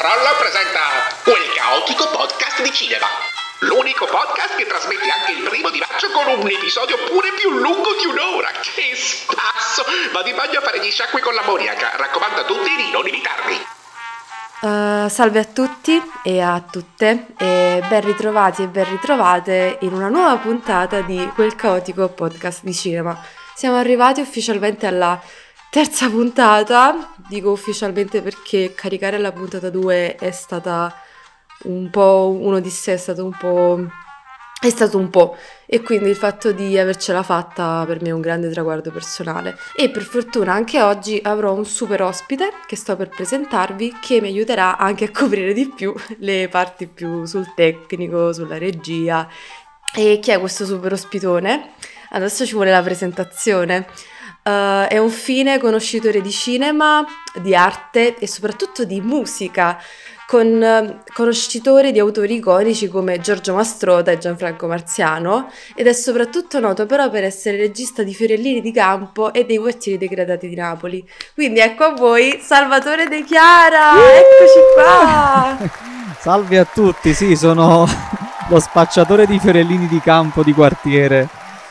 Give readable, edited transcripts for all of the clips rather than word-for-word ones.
Roll presenta quel caotico podcast di cinema. L'unico podcast che trasmette anche il 1 maggio con un episodio pure più lungo di un'ora. Che spasso! Ma ti voglio fare gli sciacqui con l'ammoniaca. Raccomando a tutti di non imitarmi. Salve a tutti e a tutte e ben ritrovati e ben ritrovate in una nuova puntata di quel caotico podcast di cinema. Siamo arrivati ufficialmente alla terza puntata, dico ufficialmente perché caricare la puntata 2 è stata un po' un'odissea, è stato un po', e quindi il fatto di avercela fatta per me è un grande traguardo personale. E per fortuna anche oggi avrò un super ospite che sto per presentarvi, che mi aiuterà anche a coprire di più le parti più sul tecnico, sulla regia. E chi è questo super ospitone? Adesso ci vuole la presentazione. È un fine conoscitore di cinema, di arte e soprattutto di musica, conoscitore di autori iconici come Giorgio Mastrota e Gianfranco Marziano, ed è soprattutto noto però per essere regista di Fiorellini di Campo e dei Quartieri Degradati di Napoli. Quindi ecco a voi Salvatore De Chiara, eccoci qua! Salve a tutti, sì, sono lo spacciatore di Fiorellini di Campo di quartiere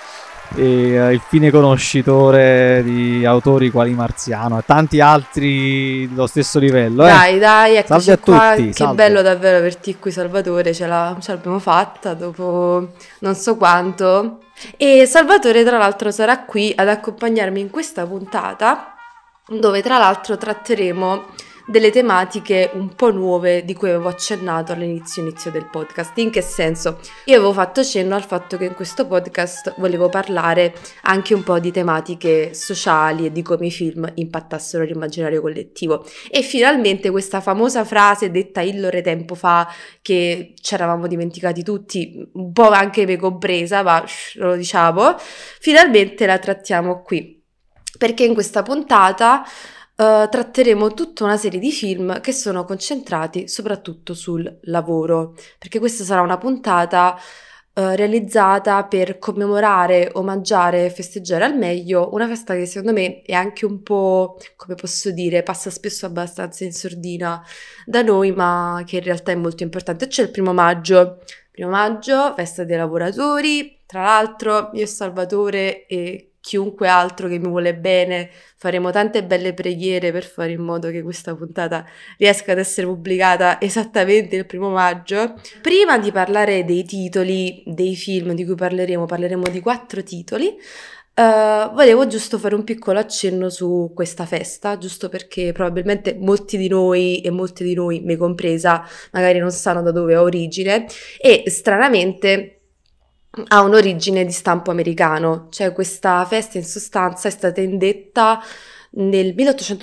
e il fine conoscitore di autori quali Marziano e tanti altri dello stesso livello. Dai, eccoci salve a qua. tutti, Che salve. bello davvero averti qui, Salvatore, ce l'abbiamo fatta dopo non so quanto. E Salvatore tra l'altro sarà qui ad accompagnarmi in questa puntata, dove tra l'altro tratteremo delle tematiche un po' nuove di cui avevo accennato all'inizio del podcast. In che senso? Io avevo fatto cenno al fatto che in questo podcast volevo parlare anche un po' di tematiche sociali e di come i film impattassero l'immaginario collettivo, e finalmente questa famosa frase detta illore tempo fa, che ci eravamo dimenticati tutti, un po' anche me compresa, ma non lo diciamo, finalmente la trattiamo qui, perché in questa puntata tratteremo tutta una serie di film che sono concentrati soprattutto sul lavoro, perché questa sarà una puntata realizzata per commemorare, omaggiare e festeggiare al meglio una festa che secondo me è anche un po', come posso dire, passa spesso abbastanza in sordina da noi, ma che in realtà è molto importante, cioè il 1 maggio. 1 maggio, festa dei lavoratori. Tra l'altro io e Salvatore e chiunque altro che mi vuole bene faremo tante belle preghiere per fare in modo che questa puntata riesca ad essere pubblicata esattamente il 1 maggio. Prima di parlare dei titoli dei film di cui parleremo di 4 titoli. Volevo giusto fare un piccolo accenno su questa festa, giusto perché probabilmente molti di noi e molte di noi, me compresa, magari non sanno da dove ha origine, e stranamente ha un'origine di stampo americano. Cioè questa festa in sostanza è stata indetta nel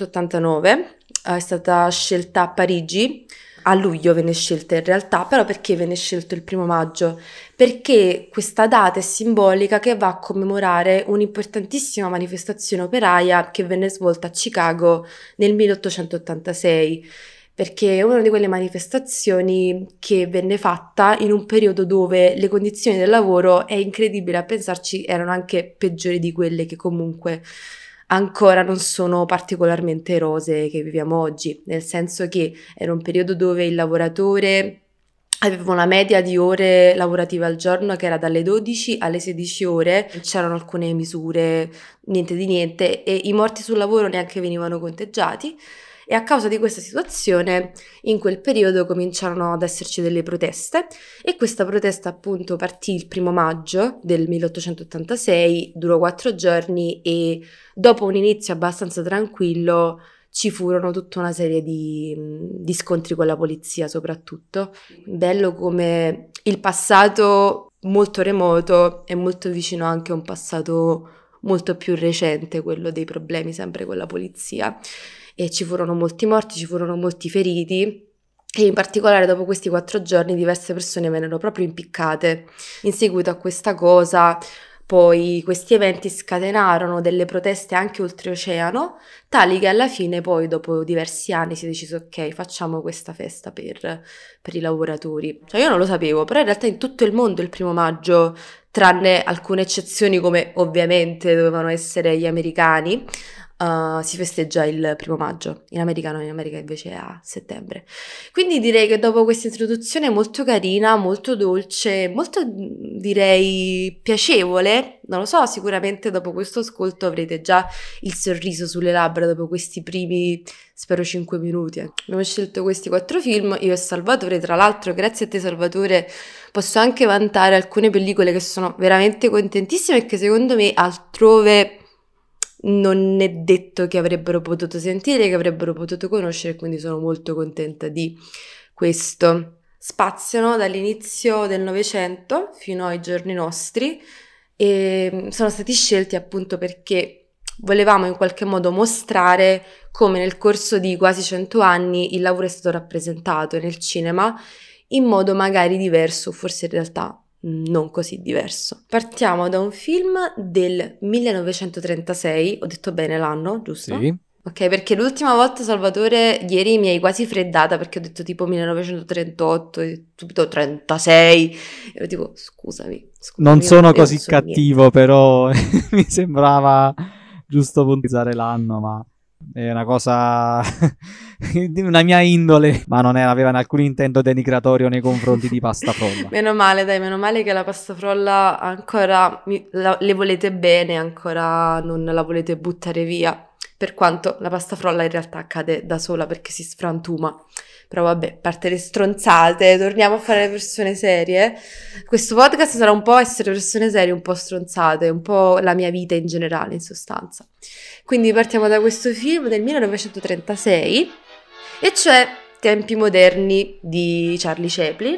1889, è stata scelta a Parigi. A luglio venne scelta in realtà, però perché venne scelto il 1 maggio? Perché questa data è simbolica, che va a commemorare un'importantissima manifestazione operaia che venne svolta a Chicago nel 1886, perché è una di quelle manifestazioni che venne fatta in un periodo dove le condizioni del lavoro, è incredibile a pensarci, erano anche peggiori di quelle che comunque ancora non sono particolarmente rosee che viviamo oggi, nel senso che era un periodo dove il lavoratore aveva una media di ore lavorative al giorno che era dalle 12 alle 16 ore, c'erano alcune misure, niente di niente, e i morti sul lavoro neanche venivano conteggiati. E a causa di questa situazione in quel periodo cominciarono ad esserci delle proteste, e questa protesta appunto partì il 1 maggio del 1886, durò 4 giorni e dopo un inizio abbastanza tranquillo ci furono tutta una serie di scontri con la polizia soprattutto. Bello come il passato molto remoto è molto vicino anche a un passato molto più recente, quello dei problemi sempre con la polizia. E ci furono molti morti, ci furono molti feriti, e in particolare dopo questi 4 giorni diverse persone vennero proprio impiccate. In seguito a questa cosa poi questi eventi scatenarono delle proteste anche oltreoceano, tali che alla fine poi dopo diversi anni si è deciso ok, facciamo questa festa per i lavoratori. Cioè io non lo sapevo, però in realtà in tutto il mondo il 1 maggio, tranne alcune eccezioni come ovviamente dovevano essere gli americani, si festeggia il 1° maggio, in America invece è a settembre. Quindi direi che dopo questa introduzione molto carina, molto dolce, molto direi piacevole, non lo so, sicuramente dopo questo ascolto avrete già il sorriso sulle labbra dopo questi primi, spero, 5 minuti. Abbiamo scelto questi 4 film, io e Salvatore, tra l'altro grazie a te Salvatore posso anche vantare alcune pellicole che sono veramente contentissime e che secondo me altrove non è detto che avrebbero potuto sentire, che avrebbero potuto conoscere, quindi sono molto contenta di questo. Spaziano dall'inizio del Novecento fino ai giorni nostri e sono stati scelti appunto perché volevamo in qualche modo mostrare come nel corso di quasi 100 anni il lavoro è stato rappresentato nel cinema in modo magari diverso, forse in realtà non così diverso. Partiamo da un film del 1936, ho detto bene l'anno, giusto? Sì. Ok, perché l'ultima volta Salvatore ieri mi hai quasi freddata perché ho detto tipo 1938 e subito 36 e io tipo scusami Non sono io così non so cattivo, però mi sembrava giusto puntizzare l'anno, ma è una cosa di una mia indole, ma non aveva alcun intento denigratorio nei confronti di Pasta Frolla. Meno male, dai, meno male che la pasta frolla ancora le volete bene, ancora non la volete buttare via, per quanto la pasta frolla in realtà cade da sola perché si sfrantuma. Però vabbè, a parte le stronzate, torniamo a fare le persone serie. Questo podcast sarà un po' essere persone serie, un po' stronzate, un po' la mia vita in generale, in sostanza. Quindi partiamo da questo film del 1936, e cioè Tempi moderni di Charlie Chaplin.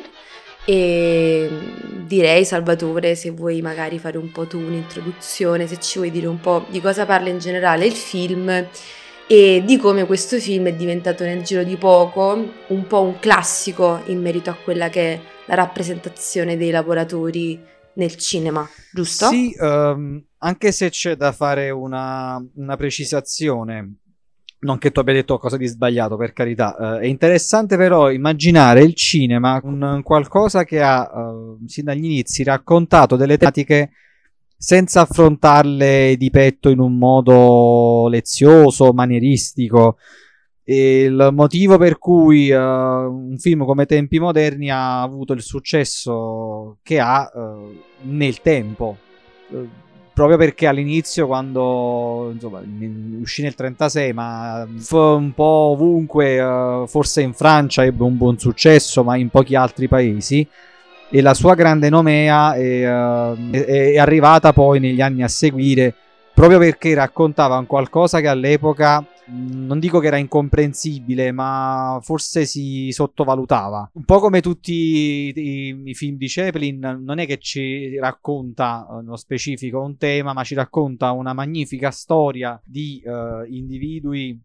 E direi, Salvatore, se vuoi magari fare un po' tu un'introduzione, se ci vuoi dire un po' di cosa parla in generale il film e di come questo film è diventato nel giro di poco un po' un classico in merito a quella che è la rappresentazione dei lavoratori nel cinema, giusto? Sì, anche se c'è da fare una precisazione, non che tu abbia detto qualcosa di sbagliato, per carità, è interessante però immaginare il cinema un qualcosa che ha, sin dagli inizi, raccontato delle tematiche senza affrontarle di petto in un modo lezioso, manieristico. E il motivo per cui un film come Tempi moderni ha avuto il successo che ha nel tempo, proprio perché all'inizio, quando insomma uscì nel 36, ma fu un po' ovunque, forse in Francia ebbe un buon successo, ma in pochi altri paesi, e la sua grande nomea è arrivata poi negli anni a seguire, proprio perché raccontava un qualcosa che all'epoca, non dico che era incomprensibile, ma forse si sottovalutava. Un po' come tutti i film di Chaplin, non è che ci racconta nello specifico un tema, ma ci racconta una magnifica storia di individui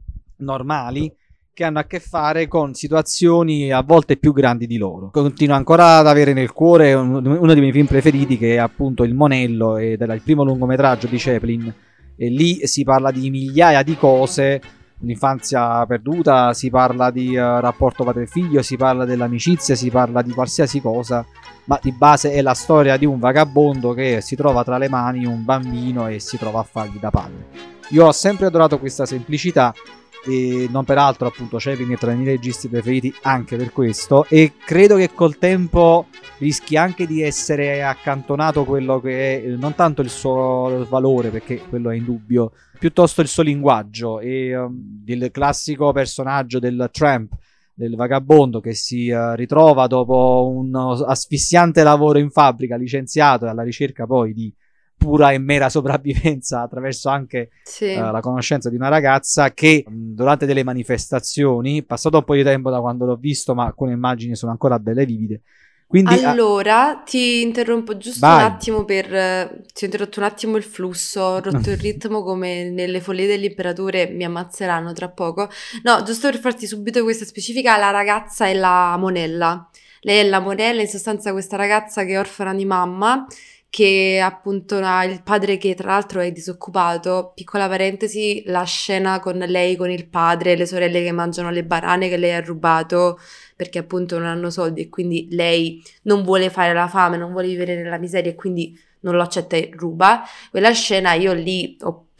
normali che hanno a che fare con situazioni a volte più grandi di loro. Continuo ancora ad avere nel cuore uno dei miei film preferiti, che è appunto Il Monello, ed era il primo lungometraggio di Chaplin, e lì si parla di migliaia di cose, l'infanzia perduta, si parla di rapporto padre-figlio, si parla dell'amicizia, si parla di qualsiasi cosa, ma di base è la storia di un vagabondo che si trova tra le mani un bambino e si trova a fargli da padre. Io ho sempre adorato questa semplicità, e non peraltro appunto Chaplin è tra i miei registi preferiti anche per questo, e credo che col tempo rischi anche di essere accantonato quello che è non tanto il suo valore, perché quello è indubbio, piuttosto il suo linguaggio e il classico personaggio del tramp, del vagabondo che si ritrova dopo un asfissiante lavoro in fabbrica, licenziato, e alla ricerca poi di pura e mera sopravvivenza attraverso anche la conoscenza di una ragazza che durante delle manifestazioni, passato un po' di tempo da quando l'ho visto, ma alcune immagini sono ancora belle vivide. Quindi, allora ti interrompo giusto vai. un attimo ti ho interrotto un attimo il flusso, ho rotto il ritmo come nelle follie dell'imperatore, mi ammazzeranno tra poco. No, giusto per farti subito questa specifica, la ragazza è la Monella. Lei è la Monella, in sostanza questa ragazza che è orfana di mamma, che appunto ha il padre che tra l'altro è disoccupato. Piccola parentesi, la scena con lei, con il padre, le sorelle che mangiano le banane che lei ha rubato perché appunto non hanno soldi, e quindi lei non vuole fare la fame, non vuole vivere nella miseria e quindi non lo accetta e ruba. Quella scena io lì ho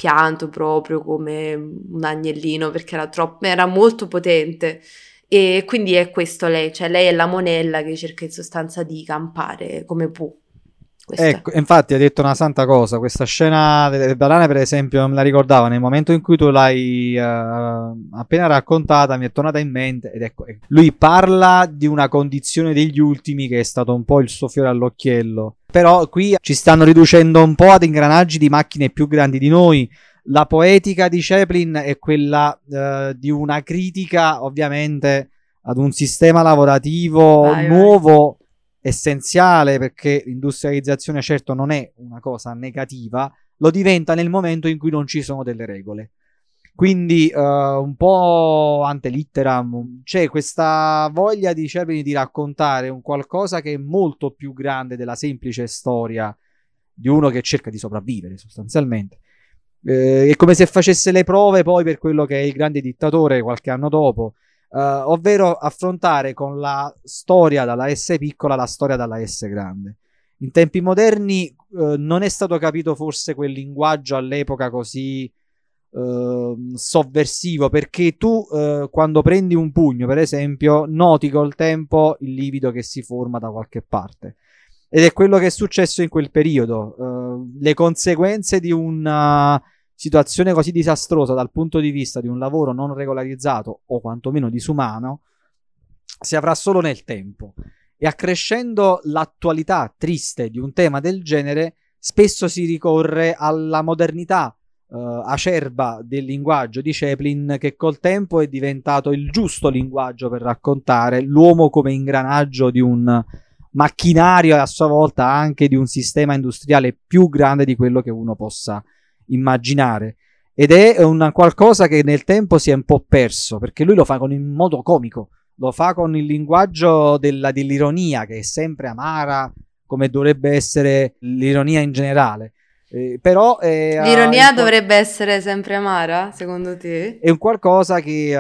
pianto proprio come un agnellino perché era molto potente. E quindi è questo lei, cioè lei è la monella che cerca in sostanza di campare come può. Questo Ecco, infatti hai detto una santa cosa, questa scena delle banane per esempio me la ricordavo nel momento in cui tu l'hai appena raccontata, mi è tornata in mente ed ecco, lui parla di una condizione degli ultimi che è stato un po' il suo fiore all'occhiello, però qui ci stanno riducendo un po' ad ingranaggi di macchine più grandi di noi. La poetica di Chaplin è quella di una critica ovviamente ad un sistema lavorativo nuovo, essenziale, perché l'industrializzazione certo non è una cosa negativa, lo diventa nel momento in cui non ci sono delle regole. Quindi un po' ante litteram c'è questa voglia di Chaplin di raccontare un qualcosa che è molto più grande della semplice storia di uno che cerca di sopravvivere sostanzialmente. È come se facesse le prove poi per quello che è il grande dittatore qualche anno dopo, ovvero affrontare con la storia dalla S piccola la storia dalla S grande. In tempi moderni non è stato capito forse quel linguaggio all'epoca così sovversivo, perché tu quando prendi un pugno per esempio noti col tempo il livido che si forma da qualche parte, ed è quello che è successo in quel periodo. Le conseguenze di una situazione così disastrosa dal punto di vista di un lavoro non regolarizzato o quantomeno disumano si avrà solo nel tempo, e accrescendo l'attualità triste di un tema del genere spesso si ricorre alla modernità acerba del linguaggio di Chaplin, che col tempo è diventato il giusto linguaggio per raccontare l'uomo come ingranaggio di un macchinario e a sua volta anche di un sistema industriale più grande di quello che uno possa immaginare, ed è un qualcosa che nel tempo si è un po' perso, perché lui lo fa con il modo comico, lo fa con il linguaggio dell'ironia, che è sempre amara come dovrebbe essere l'ironia in generale, però l'ironia dovrebbe essere sempre amara, secondo te? È un qualcosa che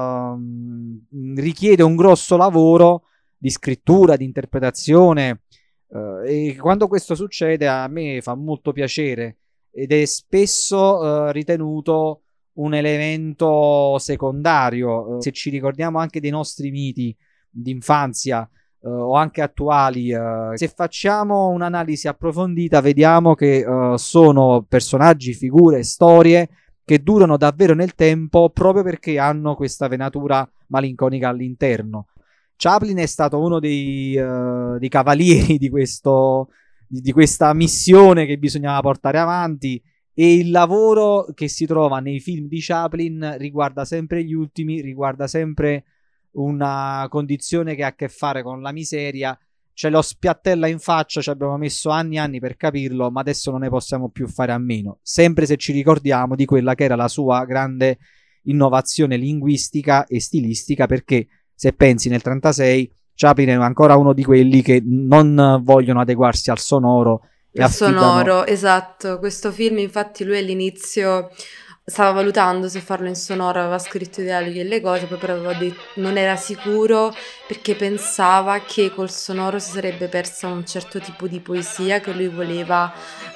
richiede un grosso lavoro di scrittura, di interpretazione, e quando questo succede a me fa molto piacere, ed è spesso ritenuto un elemento secondario. Se ci ricordiamo anche dei nostri miti d'infanzia o anche attuali, se facciamo un'analisi approfondita vediamo che sono personaggi, figure, storie che durano davvero nel tempo proprio perché hanno questa venatura malinconica all'interno. Chaplin è stato uno dei cavalieri di questa missione che bisognava portare avanti, e il lavoro che si trova nei film di Chaplin riguarda sempre gli ultimi, riguarda sempre una condizione che ha a che fare con la miseria. Ce lo spiattella in faccia, ci abbiamo messo anni e anni per capirlo, ma adesso non ne possiamo più fare a meno, sempre se ci ricordiamo di quella che era la sua grande innovazione linguistica e stilistica, perché se pensi nel 1936 Chaplin è ancora uno di quelli che non vogliono adeguarsi al sonoro. Il sonoro, esatto. Questo film, infatti, lui all'inizio stava valutando se farlo in sonoro, aveva scritto i dialoghi e le cose, poi però aveva detto, non era sicuro perché pensava che col sonoro si sarebbe persa un certo tipo di poesia che lui voleva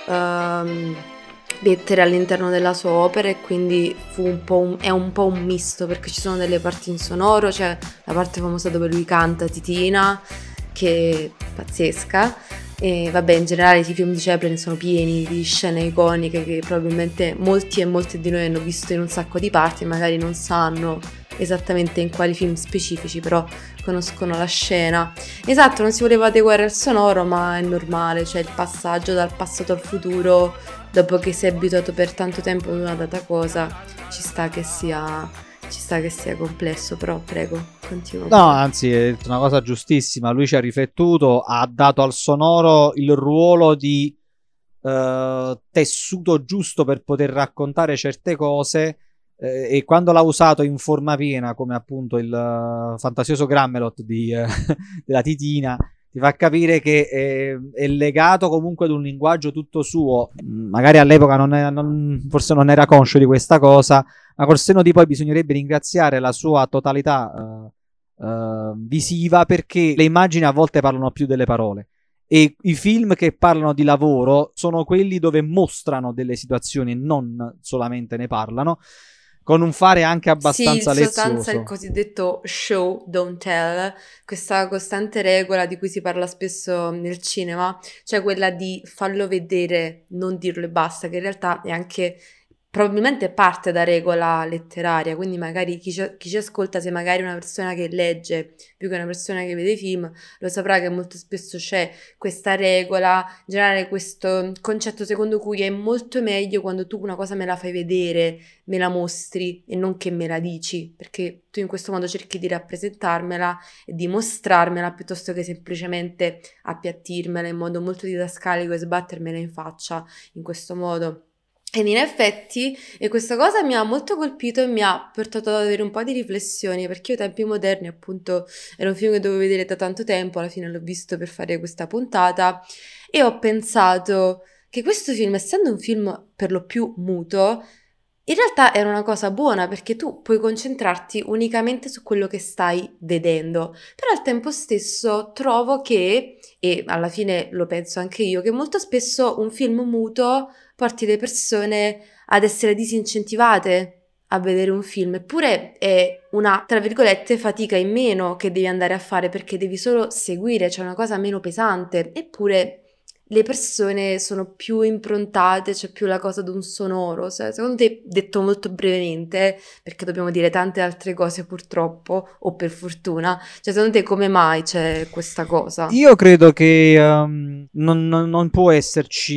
mettere all'interno della sua opera, e quindi è un po' un misto, perché ci sono delle parti in sonoro, c'è la parte famosa dove lui canta Titina, che è pazzesca, e vabbè, in generale i film di Chaplin sono pieni di scene iconiche che probabilmente molti e molte di noi hanno visto in un sacco di parti, magari non sanno esattamente in quali film specifici, però conoscono la scena. Esatto, non si voleva adeguare al sonoro, ma è normale, cioè il passaggio dal passato al futuro, dopo che si è abituato per tanto tempo ad una data cosa, ci sta che sia complesso, però prego, continua. No, anzi, è una cosa giustissima. Lui ci ha riflettuto, ha dato al sonoro il ruolo di tessuto giusto per poter raccontare certe cose, e quando l'ha usato in forma piena, come appunto il fantasioso Grammelot della Titina, ti fa capire che è legato comunque ad un linguaggio tutto suo. Magari all'epoca forse non era conscio di questa cosa, ma col senno di poi bisognerebbe ringraziare la sua totalità visiva, perché le immagini a volte parlano più delle parole, E i film che parlano di lavoro sono quelli dove mostrano delle situazioni e non solamente ne parlano, con un fare anche abbastanza sì, in sostanza lezioso. il cosiddetto show, don't tell, questa costante regola di cui si parla spesso nel cinema, cioè quella di farlo vedere, non dirlo e basta, che in realtà è anche probabilmente parte da regola letteraria, quindi magari chi ci ascolta, se magari è una persona che legge più che una persona che vede film, lo saprà che molto spesso c'è questa regola, in generale questo concetto secondo cui è molto meglio quando tu una cosa me la fai vedere, me la mostri e non che me la dici, perché tu in questo modo cerchi di rappresentarmela e di mostrarmela piuttosto che semplicemente appiattirmela in modo molto didascalico e sbattermela in faccia in questo modo. Ed in effetti, e questa cosa mi ha molto colpito e mi ha portato ad avere un po' di riflessioni, perché io Tempi Moderni, appunto, era un film che dovevo vedere da tanto tempo, alla fine l'ho visto per fare questa puntata, e ho pensato che questo film, essendo un film per lo più muto, in realtà era una cosa buona perché tu puoi concentrarti unicamente su quello che stai vedendo, però al tempo stesso trovo che, e alla fine lo penso anche io, che molto spesso un film muto porti le persone ad essere disincentivate a vedere un film, eppure è una, tra virgolette, fatica in meno che devi andare a fare perché devi solo seguire, c'è una cosa meno pesante, eppure le persone sono più improntate, c'è più la cosa d'un sonoro. Secondo te, detto molto brevemente, perché dobbiamo dire tante altre cose purtroppo, o per fortuna, cioè secondo te come mai c'è questa cosa? Io credo che non può esserci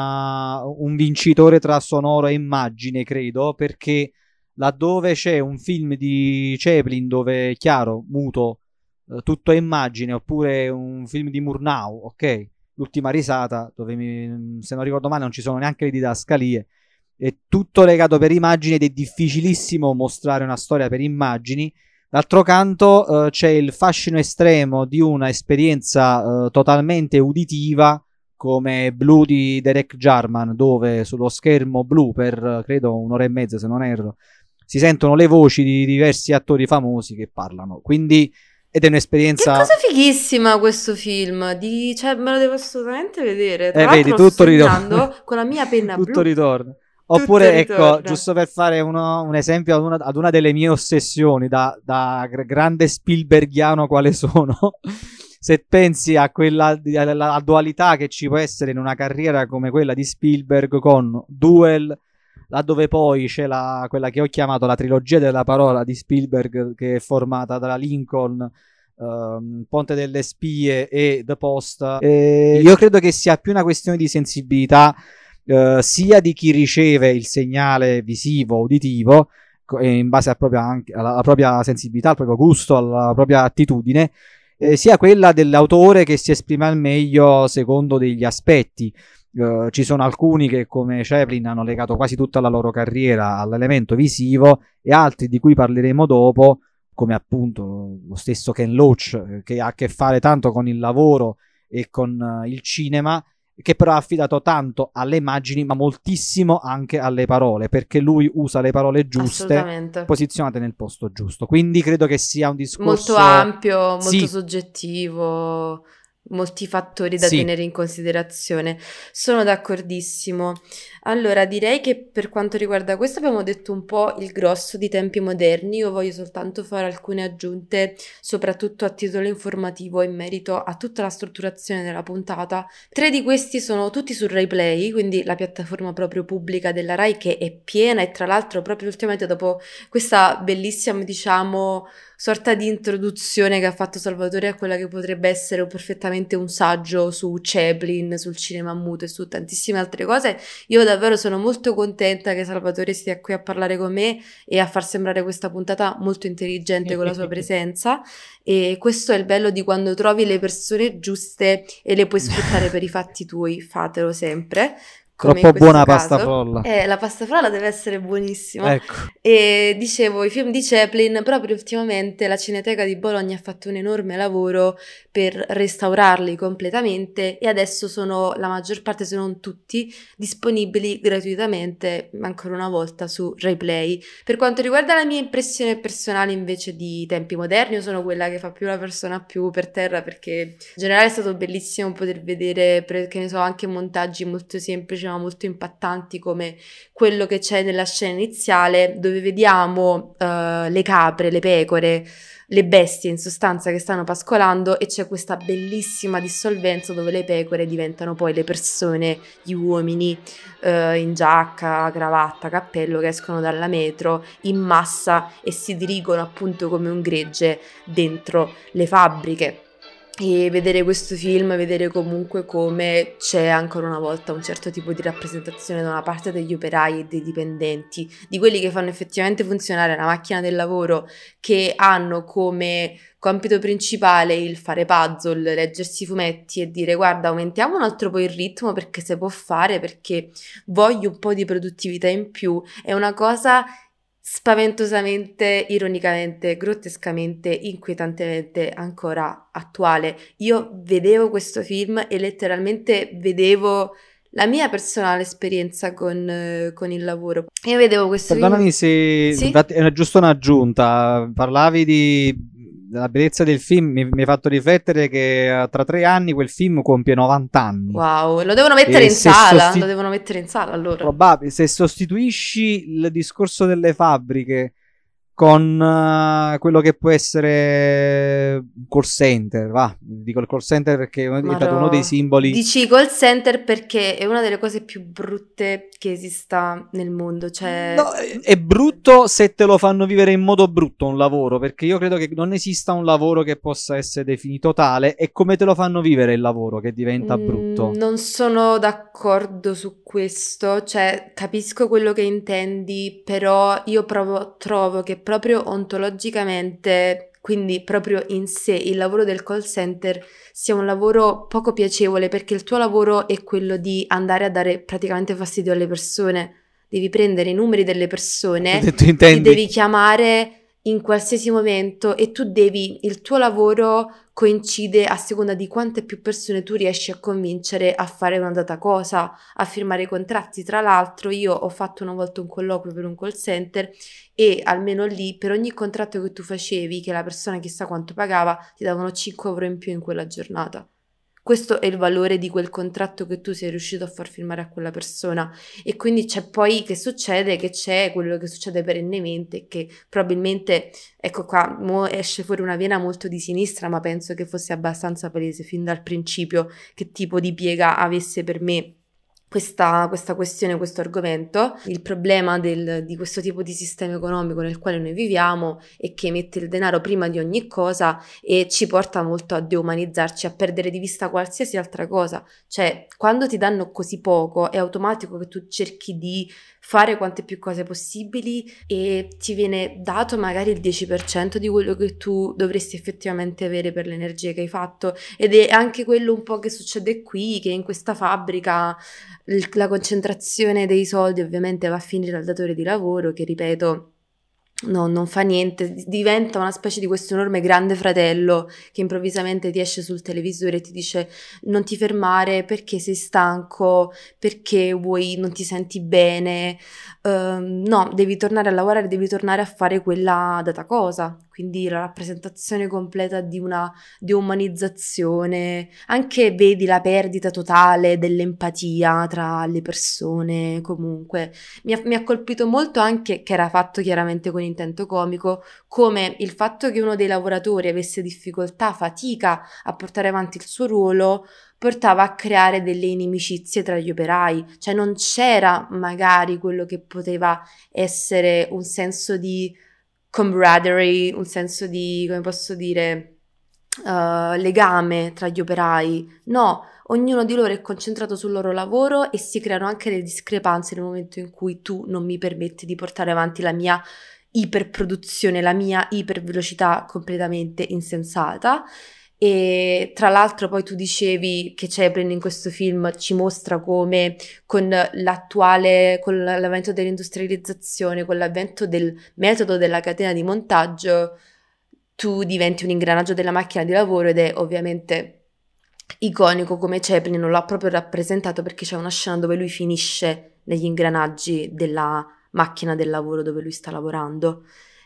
un vincitore tra sonoro e immagine, credo, perché laddove c'è un film di Chaplin dove è chiaro, muto, tutto è immagine, oppure un film di Murnau, ok? L'ultima risata, dove se non ricordo male non ci sono neanche le didascalie, è tutto legato per immagini ed è difficilissimo mostrare una storia per immagini. D'altro canto c'è il fascino estremo di una esperienza totalmente uditiva come Blue di Derek Jarman, dove sullo schermo blu per credo un'ora e mezza, se non erro, si sentono le voci di diversi attori famosi che parlano, quindi ed è un'esperienza... Che cosa fighissima questo film, cioè me lo devo assolutamente vedere, tra l'altro vedi, lo tutto sto ritorna. segnando con la mia penna tutto blu. ritorna. Tutto Oppure, ecco, ritorna. giusto per fare un esempio ad una delle mie ossessioni da grande Spielbergiano quale sono, se pensi a quella alla dualità che ci può essere in una carriera come quella di Spielberg con Duel, laddove poi c'è quella che ho chiamato la trilogia della parola di Spielberg, che è formata da Lincoln, Ponte delle Spie e The Post. Io credo che sia più una questione di sensibilità sia di chi riceve il segnale visivo, uditivo, in base alla propria sensibilità, al proprio gusto, alla propria attitudine, sia quella dell'autore che si esprime al meglio secondo degli aspetti. Ci sono alcuni che come Chaplin hanno legato quasi tutta la loro carriera all'elemento visivo, e altri di cui parleremo dopo, come appunto lo stesso Ken Loach, che ha a che fare tanto con il lavoro e con il cinema, che però ha affidato tanto alle immagini ma moltissimo anche alle parole, perché lui usa le parole giuste posizionate nel posto giusto. Quindi credo che sia un discorso molto ampio, molto sì, soggettivo, molti fattori da tenere in considerazione. Sono d'accordissimo. Allora, direi che per quanto riguarda questo abbiamo detto un po' il grosso di Tempi Moderni. Io voglio soltanto fare alcune aggiunte, soprattutto a titolo informativo in merito a tutta la strutturazione della puntata. 3 di questi sono tutti su Rai Play, quindi la piattaforma proprio pubblica della Rai, che è piena, e tra l'altro proprio ultimamente, dopo questa bellissima, diciamo, sorta di introduzione che ha fatto Salvatore a quella che potrebbe essere perfettamente un saggio su Chaplin, sul cinema muto e su tantissime altre cose, io davvero sono molto contenta che Salvatore stia qui a parlare con me e a far sembrare questa puntata molto intelligente con la sua presenza. E questo è il bello di quando trovi le persone giuste e le puoi sfruttare per i fatti tuoi, fatelo sempre. come in Troppo questo buona caso. pasta frolla. La pasta frolla deve essere buonissima. Ecco. E dicevo, i film di Chaplin, proprio ultimamente la Cineteca di Bologna ha fatto un enorme lavoro per restaurarli completamente e adesso sono, la maggior parte se non tutti, disponibili gratuitamente, ancora una volta, su RaiPlay. Per quanto riguarda la mia impressione personale invece di Tempi moderni, io sono quella che fa più la persona più per terra, perché in generale è stato bellissimo poter vedere, che ne so, anche montaggi molto semplici ma molto impattanti come quello che c'è nella scena iniziale, dove vediamo le capre, le pecore, le bestie in sostanza che stanno pascolando, e c'è questa bellissima dissolvenza dove le pecore diventano poi le persone, gli uomini in giacca, cravatta, cappello, che escono dalla metro in massa e si dirigono appunto come un gregge dentro le fabbriche. E vedere questo film, vedere comunque come c'è ancora una volta un certo tipo di rappresentazione da una parte degli operai e dei dipendenti, di quelli che fanno effettivamente funzionare la macchina del lavoro, che hanno come compito principale il fare puzzle, leggersi fumetti e dire guarda, aumentiamo un altro po' il ritmo perché si può fare, perché voglio un po' di produttività in più, è una cosa spaventosamente, ironicamente, grottescamente, inquietantemente ancora attuale. Io vedevo questo film e letteralmente vedevo la mia personale esperienza con il lavoro. Io vedevo questo Perdonami film... se Sì? era giusto un'aggiunta. Parlavi della bellezza del film, mi hai fatto riflettere che tra 3 anni quel film compie 90 anni. Wow, lo devono mettere E in se sala, lo devono mettere in sala allora. Probabile, se sostituisci il discorso delle fabbriche con quello che può essere un call center, va, dico il call center perché è diventato uno dei simboli. Dici call center perché è una delle cose più brutte che esista nel mondo, cioè... No, è brutto se te lo fanno vivere in modo brutto un lavoro, perché io credo che non esista un lavoro che possa essere definito tale, è come te lo fanno vivere il lavoro che diventa brutto. Non sono d'accordo su questo, cioè capisco quello che intendi, però io trovo che proprio ontologicamente, quindi proprio in sé, il lavoro del call center sia un lavoro poco piacevole, perché il tuo lavoro è quello di andare a dare praticamente fastidio alle persone. Devi prendere i numeri delle persone, ti devi chiamare in qualsiasi momento e il tuo lavoro coincide a seconda di quante più persone tu riesci a convincere a fare una data cosa, a firmare i contratti. Tra l'altro io ho fatto una volta un colloquio per un call center e almeno lì per ogni contratto che tu facevi, che la persona chissà quanto pagava, ti davano 5 euro in più in quella giornata. Questo è il valore di quel contratto che tu sei riuscito a far firmare a quella persona. E quindi c'è poi che succede, che c'è quello che succede perennemente, che probabilmente, ecco qua, mo esce fuori una vena molto di sinistra, ma penso che fosse abbastanza palese fin dal principio che tipo di piega avesse per me questa questione, questo argomento. Il problema di questo tipo di sistema economico nel quale noi viviamo è che mette il denaro prima di ogni cosa e ci porta molto a deumanizzarci, a perdere di vista qualsiasi altra cosa. Cioè, quando ti danno così poco è automatico che tu cerchi di fare quante più cose possibili e ti viene dato magari il 10% di quello che tu dovresti effettivamente avere per l'energia che hai fatto, ed è anche quello un po' che succede qui, che in questa fabbrica la concentrazione dei soldi ovviamente va a finire al datore di lavoro che, ripeto, non fa niente, diventa una specie di questo enorme grande fratello che improvvisamente ti esce sul televisore e ti dice non ti fermare perché sei stanco, perché non ti senti bene, no, devi tornare a lavorare, devi tornare a fare quella data cosa. Quindi la rappresentazione completa di una deumanizzazione, anche vedi la perdita totale dell'empatia tra le persone. Comunque mi ha colpito molto anche, che era fatto chiaramente con intento comico, come il fatto che uno dei lavoratori avesse difficoltà, fatica a portare avanti il suo ruolo, portava a creare delle inimicizie tra gli operai. Cioè non c'era magari quello che poteva essere un senso di camaraderie, un senso di, come posso dire, legame tra gli operai. No, ognuno di loro è concentrato sul loro lavoro e si creano anche le discrepanze nel momento in cui tu non mi permetti di portare avanti la mia iperproduzione, la mia ipervelocità completamente insensata. E tra l'altro poi tu dicevi che Chaplin in questo film ci mostra come con l'avvento dell'industrializzazione, con l'avvento del metodo della catena di montaggio, tu diventi un ingranaggio della macchina di lavoro, ed è ovviamente iconico come Chaplin non l'ha proprio rappresentato, perché c'è una scena dove lui finisce negli ingranaggi della macchina del lavoro dove lui sta lavorando.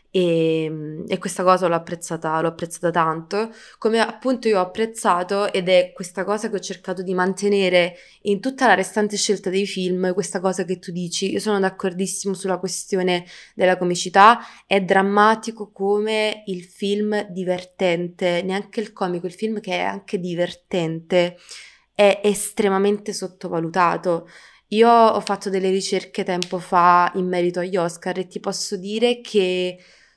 E questa cosa l'ho apprezzata tanto, come appunto io ho apprezzato, ed è questa cosa che ho cercato di mantenere in tutta la restante scelta dei film, questa cosa che tu dici. Io sono d'accordissimo sulla questione della comicità, è drammatico come il film divertente, neanche il comico, il film che è anche divertente è estremamente sottovalutato. Io ho fatto delle ricerche tempo fa in merito agli Oscar e ti posso dire che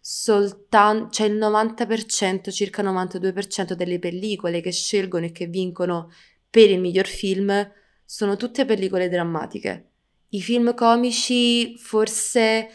c'è il 90%, circa 92% delle pellicole che scelgono e che vincono per il miglior film sono tutte pellicole drammatiche. I film comici forse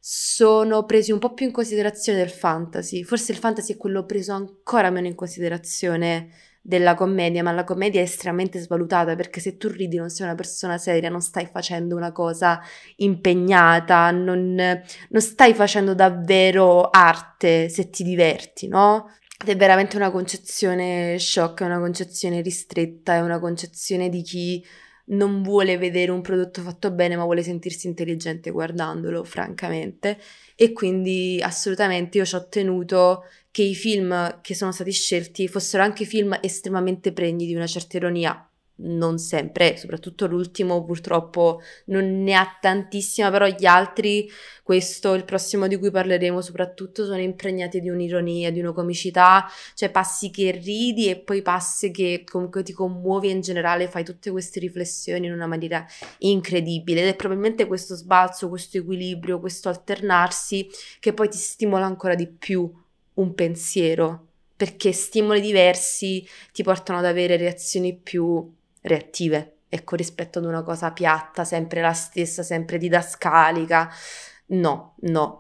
sono presi un po' più in considerazione del fantasy, forse il fantasy è quello preso ancora meno in considerazione della commedia, ma la commedia è estremamente svalutata, perché se tu ridi non sei una persona seria, non stai facendo una cosa impegnata, non stai facendo davvero arte se ti diverti, no? Ed è veramente una concezione sciocca, è una concezione ristretta, è una concezione di chi non vuole vedere un prodotto fatto bene, ma vuole sentirsi intelligente guardandolo, francamente. E quindi assolutamente io ci ho tenuto che i film che sono stati scelti fossero anche film estremamente pregni di una certa ironia. Non sempre, soprattutto l'ultimo purtroppo non ne ha tantissima, però gli altri, questo, il prossimo di cui parleremo soprattutto, sono impregnati di un'ironia, di una comicità, cioè passi che ridi e poi passi che comunque ti commuovi, e in generale fai tutte queste riflessioni in una maniera incredibile, ed è probabilmente questo sbalzo, questo equilibrio, questo alternarsi che poi ti stimola ancora di più un pensiero, perché stimoli diversi ti portano ad avere reazioni più reattive, ecco, rispetto ad una cosa piatta, sempre la stessa, sempre didascalica. No,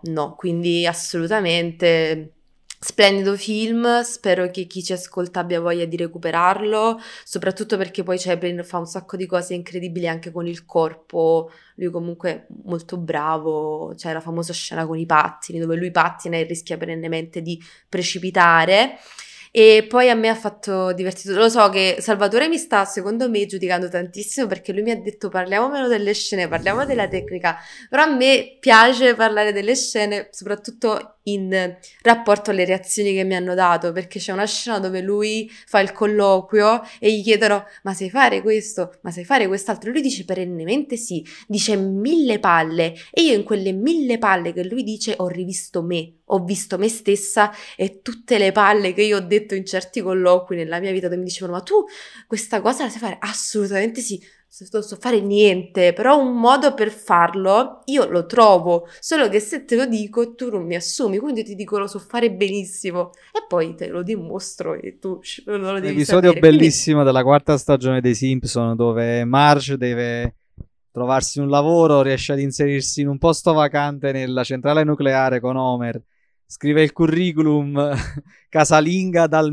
quindi assolutamente splendido film, spero che chi ci ascolta abbia voglia di recuperarlo, soprattutto perché poi Chaplin fa un sacco di cose incredibili anche con il corpo, lui comunque è molto bravo, c'è la famosa scena con i pattini, dove lui pattina e rischia perennemente di precipitare. E poi a me ha fatto divertito, lo so che Salvatore mi sta secondo me giudicando tantissimo, perché lui mi ha detto parliamo meno delle scene, parliamo della tecnica, però a me piace parlare delle scene soprattutto in rapporto alle reazioni che mi hanno dato, perché c'è una scena dove lui fa il colloquio e gli chiedono ma sai fare questo, ma sai fare quest'altro, e lui dice perennemente sì, dice 1000 palle, e io in quelle 1000 palle che lui dice ho rivisto me, ho visto me stessa e tutte le palle che io ho detto in certi colloqui nella mia vita, dove mi dicevano ma tu questa cosa la sai fare? Assolutamente sì, non so fare niente, però un modo per farlo io lo trovo, solo che se te lo dico tu non mi assumi, quindi ti dico lo so fare benissimo e poi te lo dimostro e tu non lo devi Episodio sapere. bellissimo della quarta stagione dei Simpson, dove Marge deve trovarsi un lavoro, riesce ad inserirsi in un posto vacante nella centrale nucleare con Homer, scrive il curriculum casalinga dal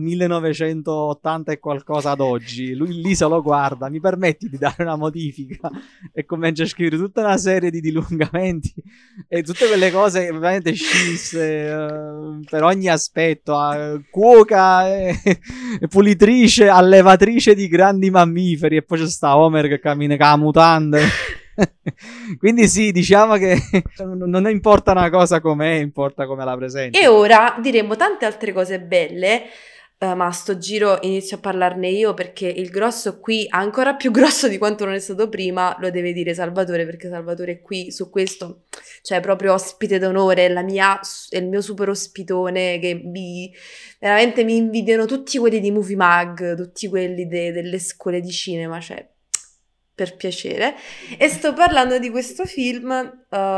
1980 e qualcosa ad oggi, lui lì se lo guarda, mi permetti di dare una modifica, e comincia a scrivere tutta una serie di dilungamenti e tutte quelle cose veramente scisse per ogni aspetto, cuoca, pulitrice, allevatrice di grandi mammiferi, e poi c'è sta Homer che cammina con la mutanda. Quindi sì, diciamo che non importa una cosa com'è, importa come la presenti. E ora diremo tante altre cose belle, ma a sto giro inizio a parlarne io, perché il grosso qui, ancora più grosso di quanto non è stato prima, lo deve dire Salvatore, perché Salvatore qui su questo, cioè proprio ospite d'onore, è il mio super ospitone, che veramente mi invidiano tutti quelli di Movie Mag, tutti quelli delle scuole di cinema, cioè per piacere. E sto parlando di questo film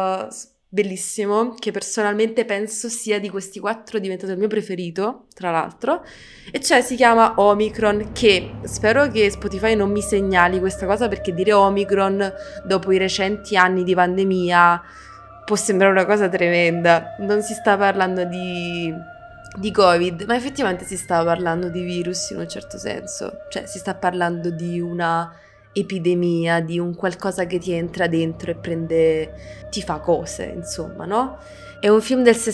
bellissimo, che personalmente penso sia di questi 4 diventato il mio preferito, tra l'altro, e cioè si chiama Omicron, che spero che Spotify non mi segnali questa cosa, perché dire Omicron dopo i recenti anni di pandemia può sembrare una cosa tremenda. Non si sta parlando di di Covid, ma effettivamente si stava parlando di virus in un certo senso, cioè si sta parlando di una epidemia, di un qualcosa che ti entra dentro e ti fa cose, insomma, no? È un film del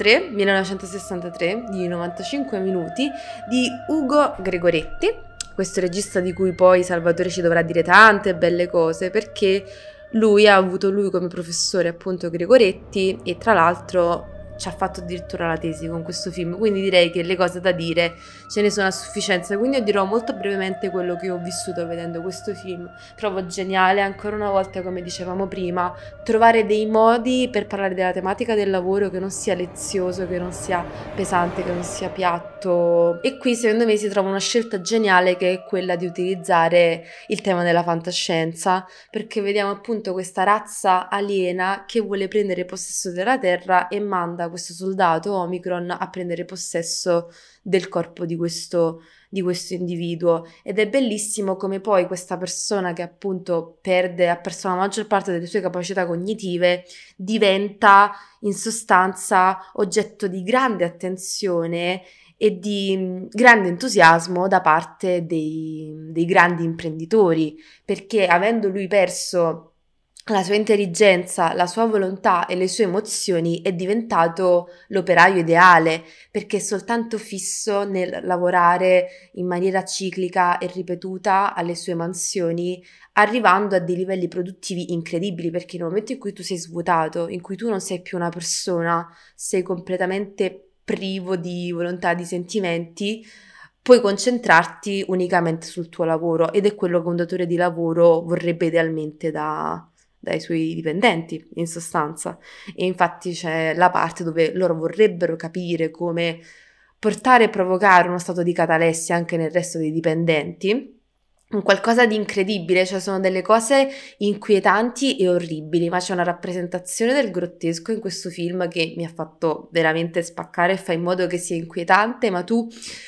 1963, di 95 minuti, di Ugo Gregoretti, questo regista di cui poi Salvatore ci dovrà dire tante belle cose, perché lui ha avuto come professore appunto Gregoretti, e tra l'altro ci ha fatto addirittura la tesi con questo film, quindi direi che le cose da dire ce ne sono a sufficienza, quindi io dirò molto brevemente quello che ho vissuto vedendo questo film. Trovo geniale, ancora una volta, come dicevamo prima, trovare dei modi per parlare della tematica del lavoro che non sia lezioso, che non sia pesante, che non sia piatto, e qui secondo me si trova una scelta geniale, che è quella di utilizzare il tema della fantascienza, perché vediamo appunto questa razza aliena che vuole prendere possesso della Terra e manda questo soldato Omicron a prendere possesso del corpo di questo individuo, ed è bellissimo come poi questa persona, che appunto ha perso la maggior parte delle sue capacità cognitive, diventa in sostanza oggetto di grande attenzione e di grande entusiasmo da parte dei grandi imprenditori, perché avendo lui perso la sua intelligenza, la sua volontà e le sue emozioni, è diventato l'operaio ideale, perché è soltanto fisso nel lavorare in maniera ciclica e ripetuta alle sue mansioni, arrivando a dei livelli produttivi incredibili, perché nel momento in cui tu sei svuotato, in cui tu non sei più una persona, sei completamente privo di volontà, di sentimenti, puoi concentrarti unicamente sul tuo lavoro, ed è quello che un datore di lavoro vorrebbe idealmente dai suoi dipendenti, in sostanza. E infatti c'è la parte dove loro vorrebbero capire come portare e provocare uno stato di catalessi anche nel resto dei dipendenti, un qualcosa di incredibile, cioè sono delle cose inquietanti e orribili, ma c'è una rappresentazione del grottesco in questo film che mi ha fatto veramente spaccare, e fa in modo che sia inquietante, ma tu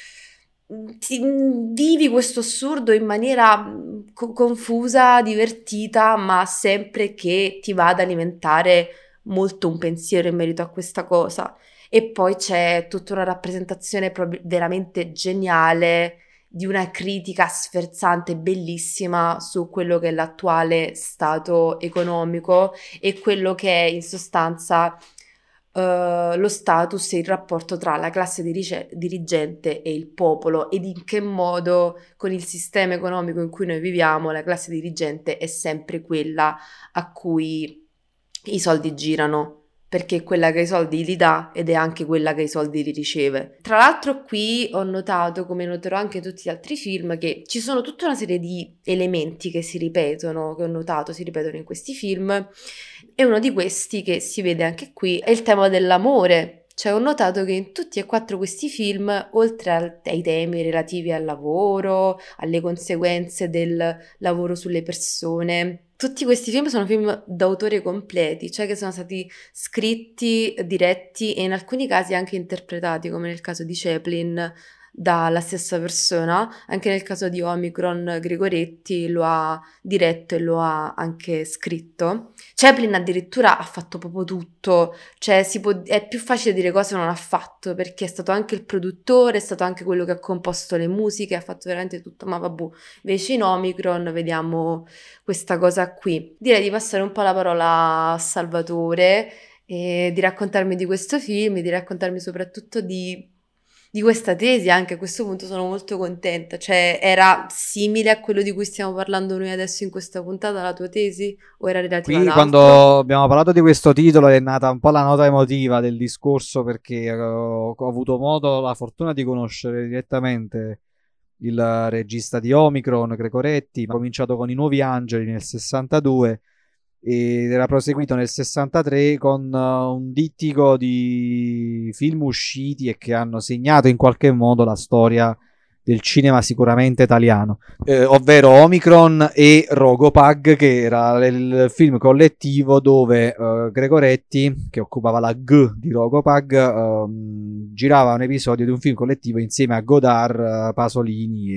vivi questo assurdo in maniera confusa, divertita, ma sempre che ti va ad alimentare molto un pensiero in merito a questa cosa. E poi c'è tutta una rappresentazione veramente geniale di una critica sferzante, bellissima, su quello che è l'attuale stato economico e quello che è in sostanza lo status e il rapporto tra la classe dirigente e il popolo, ed in che modo con il sistema economico in cui noi viviamo la classe dirigente è sempre quella a cui i soldi girano, perché è quella che i soldi li dà ed è anche quella che i soldi li riceve. Tra l'altro qui ho notato, come noterò anche in tutti gli altri film, che ci sono tutta una serie di elementi che si ripetono in questi film, e uno di questi, che si vede anche qui, è il tema dell'amore. Cioè ho notato che in tutti e quattro questi film, oltre ai temi relativi al lavoro, alle conseguenze del lavoro sulle persone, tutti questi film sono film d'autore completi, cioè che sono stati scritti, diretti e in alcuni casi anche interpretati, come nel caso di Chaplin, dalla stessa persona. Anche nel caso di Omicron, Gregoretti lo ha diretto e lo ha anche scritto. Chaplin addirittura ha fatto proprio tutto, cioè è più facile dire cosa non ha fatto, perché è stato anche il produttore, è stato anche quello che ha composto le musiche, ha fatto veramente tutto, ma vabbè. Invece in Omicron vediamo questa cosa qui. Direi di passare un po' la parola a Salvatore e di raccontarmi di questo film, di raccontarmi soprattutto di questa tesi. Anche a questo punto sono molto contenta, cioè era simile a quello di cui stiamo parlando noi adesso in questa puntata, la tua tesi, o era relativa ad Qui, altro? quando abbiamo parlato di questo titolo, è nata un po' la nota emotiva del discorso, perché ho avuto la fortuna di conoscere direttamente il regista di Omicron, Gregoretti. Ha cominciato con I Nuovi Angeli nel 62 ed era proseguito nel 63 con un dittico di film usciti e che hanno segnato in qualche modo la storia del cinema sicuramente italiano, ovvero Omicron e Rogopag, che era il film collettivo dove Gregoretti, che occupava la G di Rogopag, girava un episodio di un film collettivo insieme a Godard, Pasolini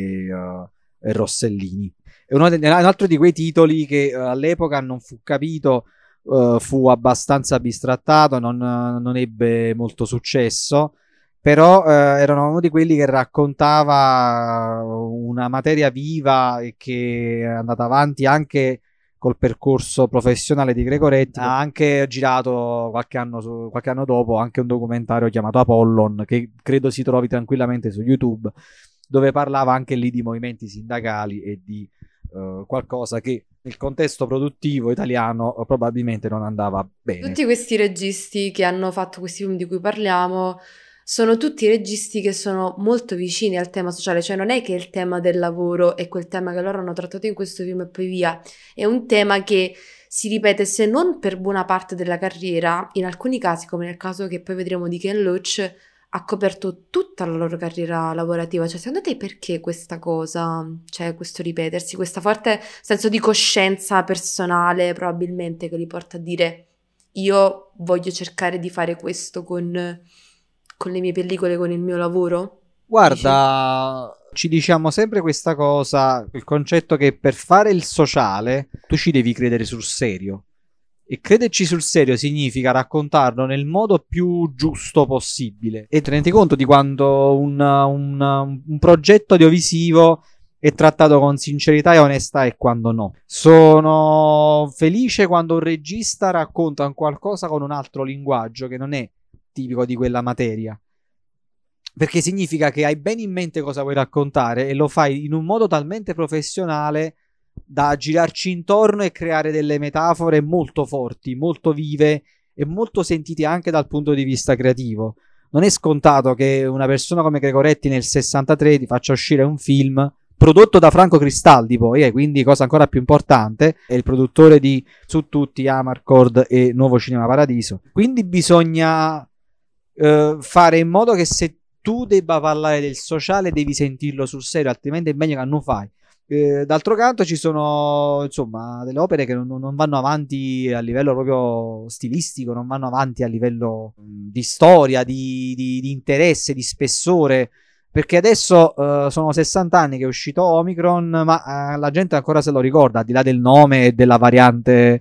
e Rossellini. È un altro di quei titoli che all'epoca non fu capito, fu abbastanza bistrattato, non ebbe molto successo, però erano uno di quelli che raccontava una materia viva e che è andata avanti anche col percorso professionale di Gregoretti. Ha anche girato qualche anno dopo anche un documentario chiamato Apollon, che credo si trovi tranquillamente su YouTube, dove parlava anche lì di movimenti sindacali e di qualcosa che nel contesto produttivo italiano probabilmente non andava bene. Tutti questi registi che hanno fatto questi film di cui parliamo sono tutti registi che sono molto vicini al tema sociale, cioè non è che il tema del lavoro è quel tema che loro hanno trattato in questo film e poi via, è un tema che si ripete se non per buona parte della carriera, in alcuni casi come nel caso che poi vedremo di Ken Loach, ha coperto tutta la loro carriera lavorativa. Cioè, secondo te perché questa cosa, cioè questo ripetersi, questa forte senso di coscienza personale probabilmente che li porta a dire io voglio cercare di fare questo con le mie pellicole, con il mio lavoro? Guarda, ci diciamo sempre questa cosa, il concetto che per fare il sociale tu ci devi credere sul serio. E crederci sul serio significa raccontarlo nel modo più giusto possibile. E ti rendi conto di quando un progetto audiovisivo è trattato con sincerità e onestà e quando no. Sono felice quando un regista racconta un qualcosa con un altro linguaggio che non è tipico di quella materia. Perché significa che hai bene in mente cosa vuoi raccontare e lo fai in un modo talmente professionale da girarci intorno e creare delle metafore molto forti, molto vive e molto sentite anche dal punto di vista creativo. Non è scontato che una persona come Gregoretti nel 63 ti faccia uscire un film prodotto da Franco Cristaldi, poi, quindi cosa ancora più importante, è il produttore di Su tutti, Amarcord e Nuovo Cinema Paradiso. Quindi bisogna fare in modo che se tu debba parlare del sociale devi sentirlo sul serio, altrimenti è meglio che non fai. D'altro canto ci sono insomma delle opere che non vanno avanti a livello proprio stilistico, non vanno avanti a livello di storia, di interesse, di spessore, perché adesso sono 60 anni che è uscito Omicron, ma la gente ancora se lo ricorda, al di là del nome e della variante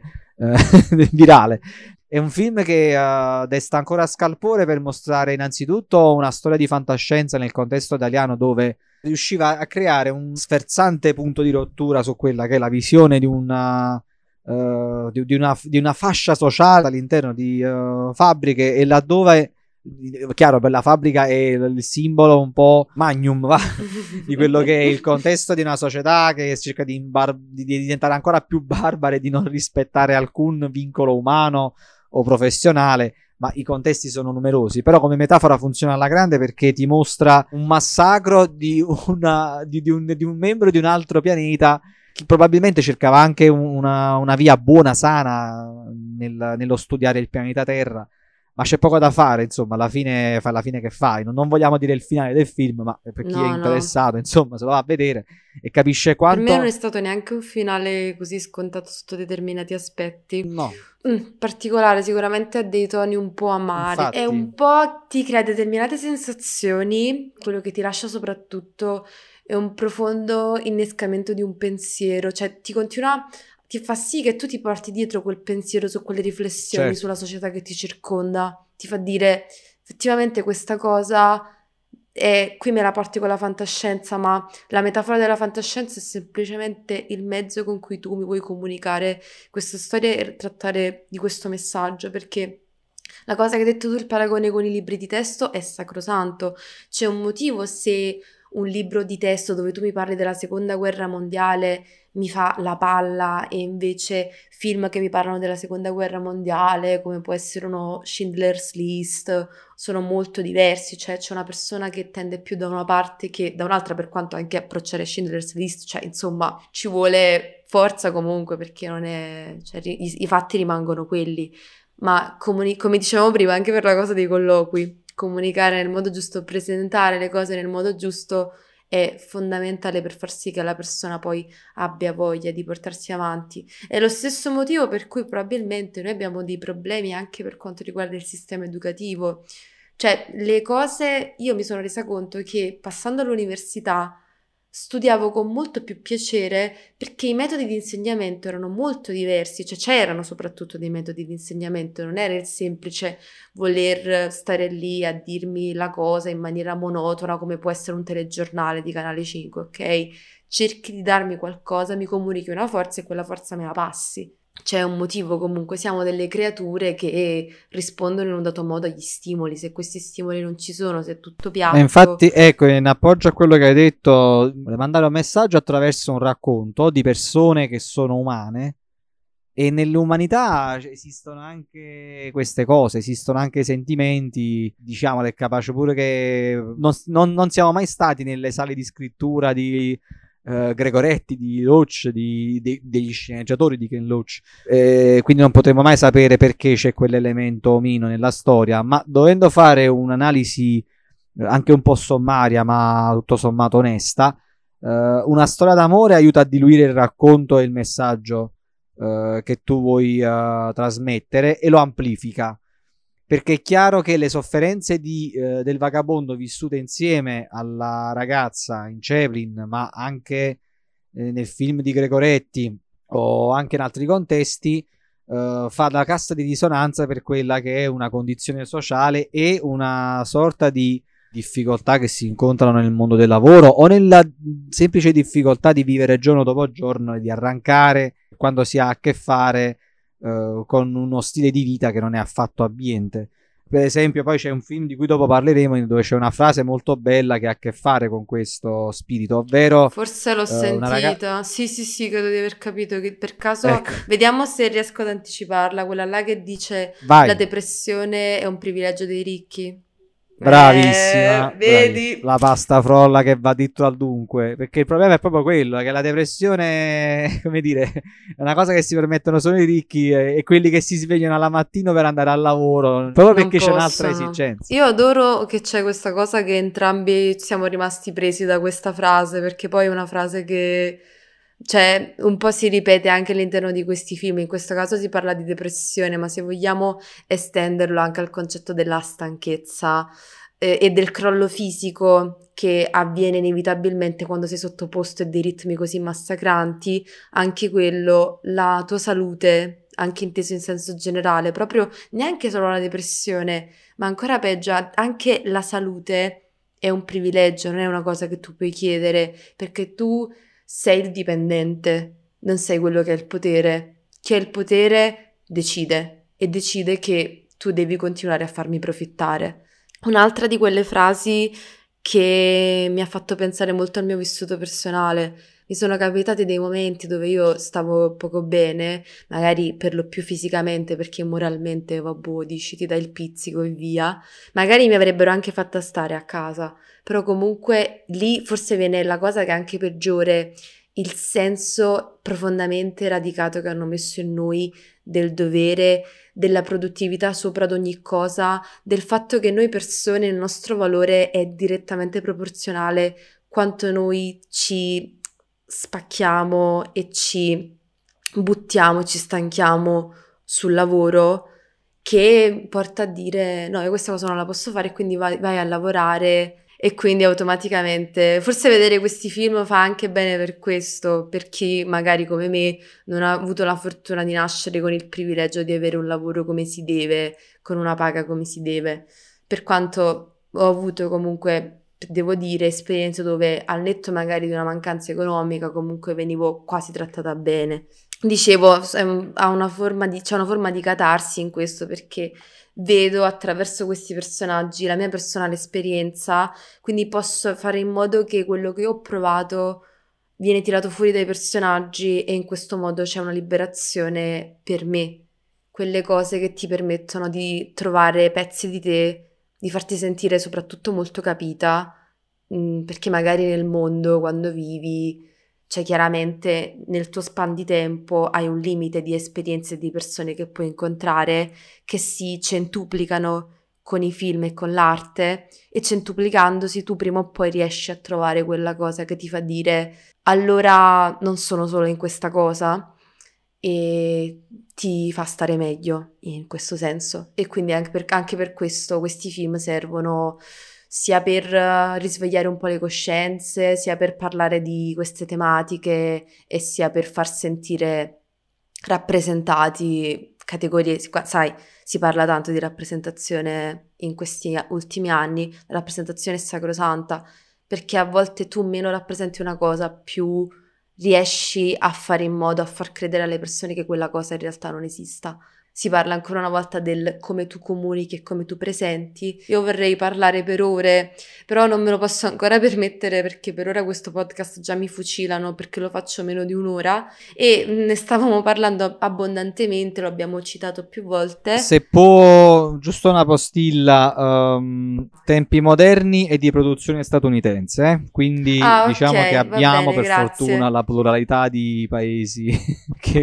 virale. È un film che desta ancora scalpore per mostrare innanzitutto una storia di fantascienza nel contesto italiano, dove riusciva a creare un sferzante punto di rottura su quella che è la visione di una fascia sociale all'interno di fabbriche, e laddove, chiaro, per la fabbrica è il simbolo un po' magnum di quello che è il contesto di una società che cerca di diventare ancora più barbara e di non rispettare alcun vincolo umano o professionale. Ma i contesti sono numerosi, però come metafora funziona alla grande, perché ti mostra un massacro di un membro di un altro pianeta che probabilmente cercava anche una via buona, sana nello studiare il pianeta Terra, ma c'è poco da fare, insomma, alla fine fai la fine che fai. Non vogliamo dire il finale del film, ma per chi è interessato, insomma, se lo va a vedere e capisce quanto... Per me non è stato neanche un finale così scontato sotto determinati aspetti. No. Particolare, sicuramente ha dei toni un po' amari. Infatti. E un po' ti crea determinate sensazioni. Quello che ti lascia soprattutto è un profondo innescamento di un pensiero, cioè ti fa sì che tu ti porti dietro quel pensiero su quelle riflessioni, certo, sulla società che ti circonda, ti fa dire effettivamente questa cosa è, qui me la porti con la fantascienza, ma la metafora della fantascienza è semplicemente il mezzo con cui tu mi vuoi comunicare questa storia e trattare di questo messaggio, perché la cosa che hai detto tu, il paragone con i libri di testo, è sacrosanto. C'è un motivo se un libro di testo dove tu mi parli della seconda guerra mondiale mi fa la palla, e invece film che mi parlano della seconda guerra mondiale, come può essere uno Schindler's List, sono molto diversi. Cioè c'è una persona che tende più da una parte che da un'altra, per quanto anche approcciare Schindler's List, cioè insomma ci vuole forza comunque, perché non è, cioè, i fatti rimangono quelli. Ma come dicevamo prima, anche per la cosa dei colloqui, comunicare nel modo giusto, presentare le cose nel modo giusto è fondamentale per far sì che la persona poi abbia voglia di portarsi avanti. È lo stesso motivo per cui probabilmente noi abbiamo dei problemi anche per quanto riguarda il sistema educativo. Cioè, le cose, io mi sono resa conto che passando all'università studiavo con molto più piacere perché i metodi di insegnamento erano molto diversi, cioè c'erano soprattutto dei metodi di insegnamento, non era il semplice voler stare lì a dirmi la cosa in maniera monotona come può essere un telegiornale di Canale 5, ok? Cerchi di darmi qualcosa, mi comunichi una forza e quella forza me la passi. C'è un motivo comunque, siamo delle creature che rispondono in un dato modo agli stimoli, se questi stimoli non ci sono, se è tutto piatto... Infatti, ecco, in appoggio a quello che hai detto, vuole mandare un messaggio attraverso un racconto di persone che sono umane, e nell'umanità esistono anche queste cose, esistono anche i sentimenti, diciamo, è capace pure che non siamo mai stati nelle sale di scrittura di Gregoretti, di Loach, degli sceneggiatori di Ken Loach, quindi non potremo mai sapere perché c'è quell'elemento o meno nella storia, ma dovendo fare un'analisi anche un po' sommaria ma tutto sommato onesta, una storia d'amore aiuta a diluire il racconto e il messaggio che tu vuoi trasmettere, e lo amplifica, perché è chiaro che le sofferenze del vagabondo vissute insieme alla ragazza in Chaplin, ma anche nel film di Gregoretti o anche in altri contesti, fa da cassa di risonanza per quella che è una condizione sociale e una sorta di difficoltà che si incontrano nel mondo del lavoro, o nella semplice difficoltà di vivere giorno dopo giorno e di arrancare quando si ha a che fare con uno stile di vita che non è affatto abbiente. Per esempio, poi c'è un film di cui dopo parleremo, dove c'è una frase molto bella che ha a che fare con questo spirito, ovvero Forse l'ho sentita. Sì, credo di aver capito. Che per caso, ecco, vediamo se riesco ad anticiparla. Quella là che dice vai. La depressione è un privilegio dei ricchi. Bravissima, vedi? la pasta frolla che va dritto al dunque, perché il problema è proprio quello, che la depressione, come dire, è una cosa che si permettono solo i ricchi e quelli che si svegliano alla mattina per andare al lavoro, proprio Non perché c'è possono. un'altra esigenza. Io adoro che c'è questa cosa che entrambi siamo rimasti presi da questa frase, perché poi è una frase che, cioè, un po' si ripete anche all'interno di questi film. In questo caso si parla di depressione, ma se vogliamo estenderlo anche al concetto della stanchezza e del crollo fisico che avviene inevitabilmente quando sei sottoposto a dei ritmi così massacranti, anche quello, la tua salute, anche inteso in senso generale, proprio neanche solo la depressione, ma ancora peggio, anche la salute è un privilegio, non è una cosa che tu puoi chiedere, perché tu sei il dipendente, non sei quello che ha il potere. Chi ha il potere decide, e decide che tu devi continuare a farmi profittare. Un'altra di quelle frasi che mi ha fatto pensare molto al mio vissuto personale. Mi sono capitati dei momenti dove io stavo poco bene, magari per lo più fisicamente, perché moralmente, vabbè, dici, ti dai il pizzico e via. Magari mi avrebbero anche fatta stare a casa, però comunque lì forse viene la cosa che è anche peggiore, il senso profondamente radicato che hanno messo in noi del dovere, della produttività sopra ad ogni cosa, del fatto che noi persone, il nostro valore è direttamente proporzionale quanto noi ci spacchiamo e ci buttiamo, ci stanchiamo sul lavoro, che porta a dire no, io questa cosa non la posso fare, quindi vai a lavorare. E quindi automaticamente, forse vedere questi film fa anche bene per questo, per chi magari come me non ha avuto la fortuna di nascere con il privilegio di avere un lavoro come si deve, con una paga come si deve. Per quanto ho avuto comunque, devo dire, esperienze dove al netto magari di una mancanza economica comunque venivo quasi trattata bene. Dicevo, c'è una forma di catarsi in questo, perché vedo attraverso questi personaggi la mia personale esperienza, quindi posso fare in modo che quello che ho provato viene tirato fuori dai personaggi, e in questo modo c'è una liberazione per me. Quelle cose che ti permettono di trovare pezzi di te, di farti sentire soprattutto molto capita, perché magari nel mondo, quando vivi, cioè chiaramente nel tuo span di tempo hai un limite di esperienze e di persone che puoi incontrare, che si centuplicano con i film e con l'arte, e centuplicandosi tu prima o poi riesci a trovare quella cosa che ti fa dire allora non sono solo in questa cosa, e ti fa stare meglio in questo senso. E quindi anche per questo questi film servono sia per risvegliare un po' le coscienze, sia per parlare di queste tematiche e sia per far sentire rappresentati categorie, sai, si parla tanto di rappresentazione in questi ultimi anni, la rappresentazione è sacrosanta, perché a volte tu meno rappresenti una cosa, più riesci a fare in modo a far credere alle persone che quella cosa in realtà non esista. Si parla ancora una volta del come tu comunichi e come tu presenti. Io vorrei parlare per ore, però non me lo posso ancora permettere perché per ora questo podcast già mi fucilano perché lo faccio meno di un'ora e ne stavamo parlando abbondantemente, lo abbiamo citato più volte. Se può, giusto una postilla, tempi moderni e di produzione statunitense, quindi diciamo ok, che va abbiamo bene, per grazie. fortuna la pluralità di paesi, che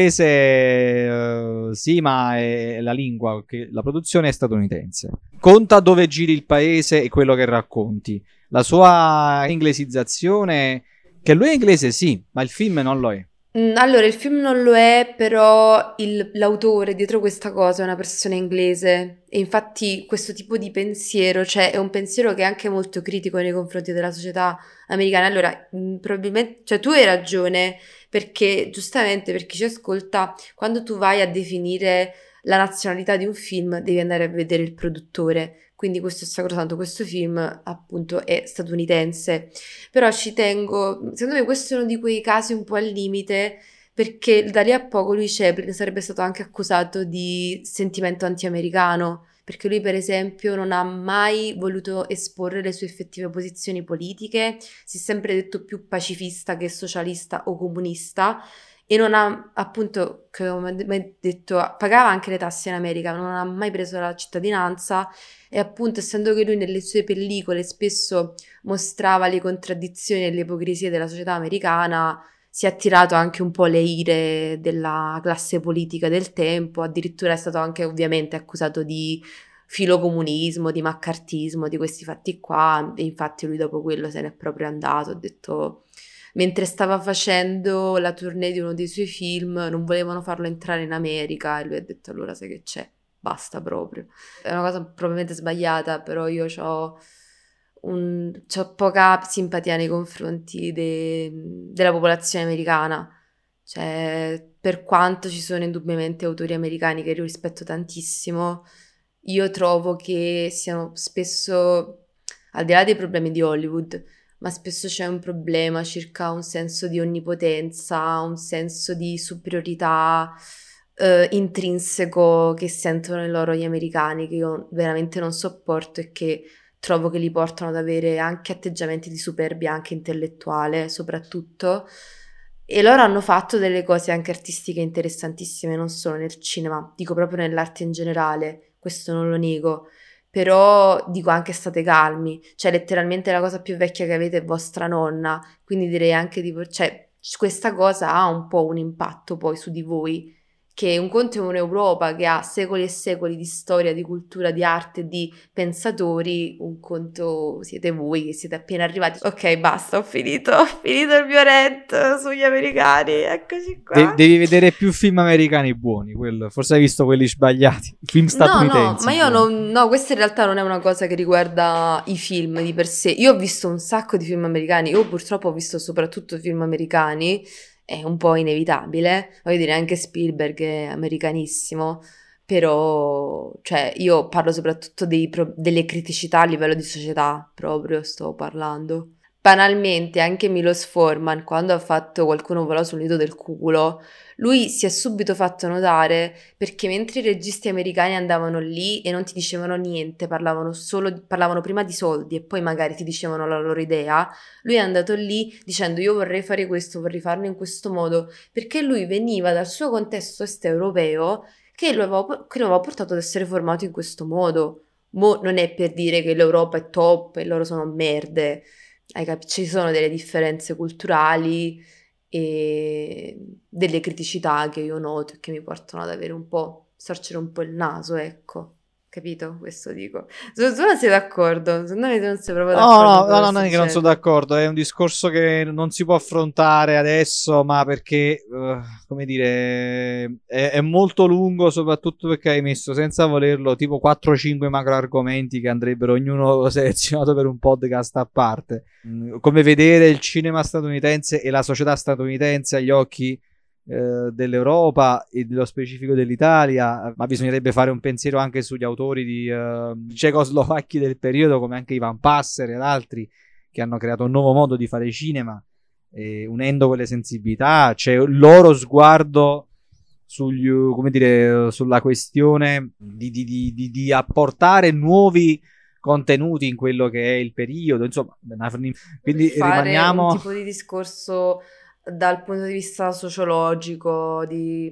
l'inglese sì, ma è la lingua, che la produzione è statunitense. Conta dove giri il paese e quello che racconti. La sua inglesizzazione, che lui è inglese sì, ma il film non lo è. Allora, il film non lo è, però l'autore dietro questa cosa è una persona inglese e infatti questo tipo di pensiero, cioè è un pensiero che è anche molto critico nei confronti della società americana. Allora, probabilmente, cioè tu hai ragione, perché giustamente per chi ci ascolta, quando tu vai a definire la nazionalità di un film, devi andare a vedere il produttore. Quindi questo è sacrosanto, questo film appunto è statunitense. Però ci tengo, secondo me questo è uno di quei casi un po' al limite, perché da lì a poco lui Chaplin sarebbe stato anche accusato di sentimento anti-americano, perché lui per esempio non ha mai voluto esporre le sue effettive posizioni politiche, si è sempre detto più pacifista che socialista o comunista, e non ha, appunto, come ho detto, pagava anche le tasse in America, non ha mai preso la cittadinanza e appunto essendo che lui nelle sue pellicole spesso mostrava le contraddizioni e le ipocrisie della società americana, si è attirato anche un po' le ire della classe politica del tempo, addirittura è stato anche ovviamente accusato di filocomunismo, di maccartismo, di questi fatti qua, e infatti lui dopo quello se n'è proprio andato, ha detto... Mentre stava facendo la tournée di uno dei suoi film, non volevano farlo entrare in America e lui ha detto allora sai che c'è, basta proprio. È una cosa probabilmente sbagliata, però io c'ho poca simpatia nei confronti della popolazione americana. Cioè, per quanto ci sono indubbiamente autori americani che io rispetto tantissimo, io trovo che siano spesso, al di là dei problemi di Hollywood, ma spesso c'è un problema circa un senso di onnipotenza, un senso di superiorità intrinseco che sentono in loro gli americani, che io veramente non sopporto e che trovo che li portano ad avere anche atteggiamenti di superbia, anche intellettuale soprattutto. E loro hanno fatto delle cose anche artistiche interessantissime, non solo nel cinema, dico proprio nell'arte in generale, questo non lo nego. Però dico anche state calmi, cioè letteralmente la cosa più vecchia che avete è vostra nonna, quindi direi anche di, cioè questa cosa ha un po' un impatto poi su di voi, che un conto è un'Europa che ha secoli e secoli di storia, di cultura, di arte, di pensatori, un conto siete voi che siete appena arrivati. Ok, basta, ho finito il mio rant sugli americani, eccoci qua. Devi vedere più film americani buoni, forse hai visto quelli sbagliati, film statunitensi. No, ma io no, questa in realtà non è una cosa che riguarda i film di per sé. Io ho visto un sacco di film americani, io purtroppo ho visto soprattutto film americani, è un po' inevitabile, voglio dire anche Spielberg è americanissimo, però cioè io parlo soprattutto delle criticità a livello di società, proprio sto parlando. Banalmente, anche Milos Forman, quando ha fatto Qualcuno volò sul nido del cuculo, lui si è subito fatto notare perché mentre i registi americani andavano lì e non ti dicevano niente, parlavano prima di soldi e poi magari ti dicevano la loro idea, lui è andato lì dicendo io vorrei fare questo, vorrei farlo in questo modo, perché lui veniva dal suo contesto est-europeo che lo aveva portato ad essere formato in questo modo. Mo non è per dire che l'Europa è top e loro sono merde, ci sono delle differenze culturali e delle criticità che io noto e che mi portano ad avere storcere un po' il naso, ecco. capito? Questo dico. Tu non sei d'accordo? Secondo me tu non sei proprio No, d'accordo con no, quello no, che non sto è che non sono dicendo. d'accordo, è un discorso che non si può affrontare adesso, ma perché, come dire, è molto lungo, soprattutto perché hai messo senza volerlo tipo 4-5 macro argomenti che andrebbero ognuno selezionato per un podcast a parte. Come vedere il cinema statunitense e la società statunitense agli occhi dell'Europa e dello specifico dell'Italia, ma bisognerebbe fare un pensiero anche sugli autori di cecoslovacchi del periodo, come anche Ivan Passer ed altri, che hanno creato un nuovo modo di fare cinema, unendo quelle sensibilità. C'è il loro sguardo come dire, sulla questione di apportare nuovi contenuti in quello che è il periodo, insomma, quindi Fare un rimaniamo. tipo di discorso dal punto di vista sociologico,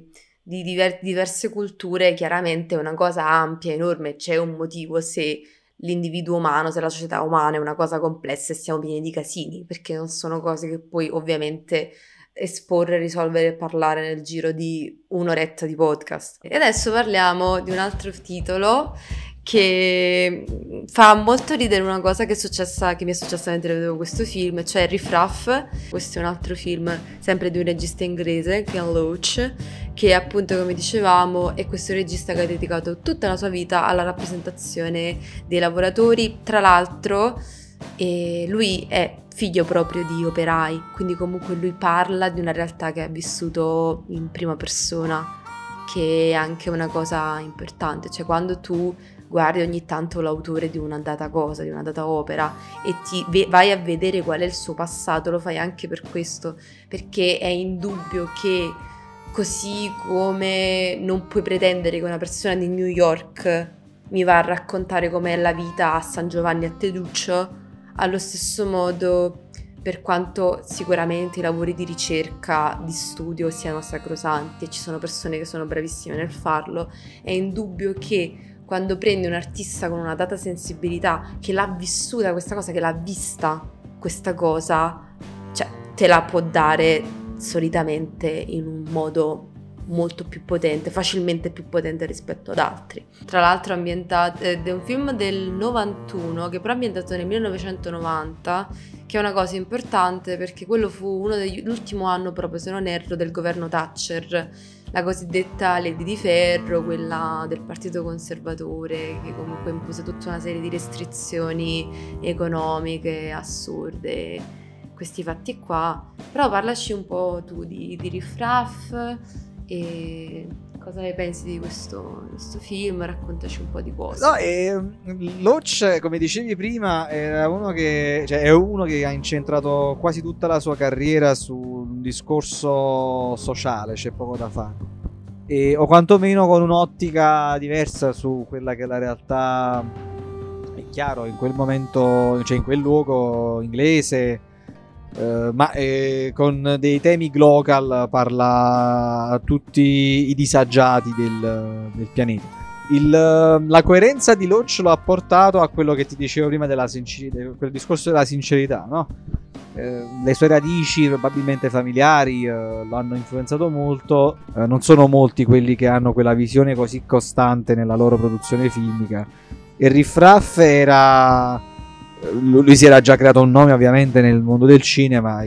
diverse culture, chiaramente è una cosa ampia, enorme, c'è un motivo se l'individuo umano, se la società umana è una cosa complessa e siamo pieni di casini, perché non sono cose che puoi ovviamente esporre, risolvere e parlare nel giro di un'oretta di podcast. E adesso parliamo di un altro titolo che fa molto ridere, una cosa che mi è successa mentre vedevo questo film, cioè Riff Raff. Questo è un altro film sempre di un regista inglese, Ken Loach, che appunto, come dicevamo, è questo regista che ha dedicato tutta la sua vita alla rappresentazione dei lavoratori. Tra l'altro lui è figlio proprio di operai, quindi comunque lui parla di una realtà che ha vissuto in prima persona, che è anche una cosa importante. Cioè, quando tu guardi ogni tanto l'autore di una data cosa, di una data opera, e vai a vedere qual è il suo passato, lo fai anche per questo, perché è indubbio che, così come non puoi pretendere che una persona di New York mi va a raccontare com'è la vita a San Giovanni a Teduccio, allo stesso modo, per quanto sicuramente i lavori di ricerca, di studio siano sacrosanti e ci sono persone che sono bravissime nel farlo, è indubbio che quando prendi un artista con una data sensibilità, che l'ha vissuta questa cosa, che l'ha vista questa cosa, cioè te la può dare solitamente in un modo molto più potente, facilmente più potente rispetto ad altri. Tra l'altro è un film del 91 che però è ambientato nel 1990, che è una cosa importante perché quello fu l'ultimo anno, proprio se non erro, del governo Thatcher, la cosiddetta Lady di Ferro, quella del partito conservatore, che comunque impose tutta una serie di restrizioni economiche assurde, questi fatti qua. Però parlaci un po' tu di Riff Raff e cosa ne pensi di questo film, raccontaci un po' di cose. No, Loach, come dicevi prima, è uno che ha incentrato quasi tutta la sua carriera su un discorso sociale, c'è poco da fare. O quantomeno con un'ottica diversa su quella che è la realtà, è chiaro, in quel momento, cioè in quel luogo inglese, ma con dei temi global, parla a tutti i disagiati del pianeta. La coerenza di Loach lo ha portato a quello che ti dicevo prima quel discorso della sincerità, no? Le sue radici probabilmente familiari lo hanno influenzato molto. Non sono molti quelli che hanno quella visione così costante nella loro produzione filmica. E Riff Raff lui si era già creato un nome ovviamente nel mondo del cinema,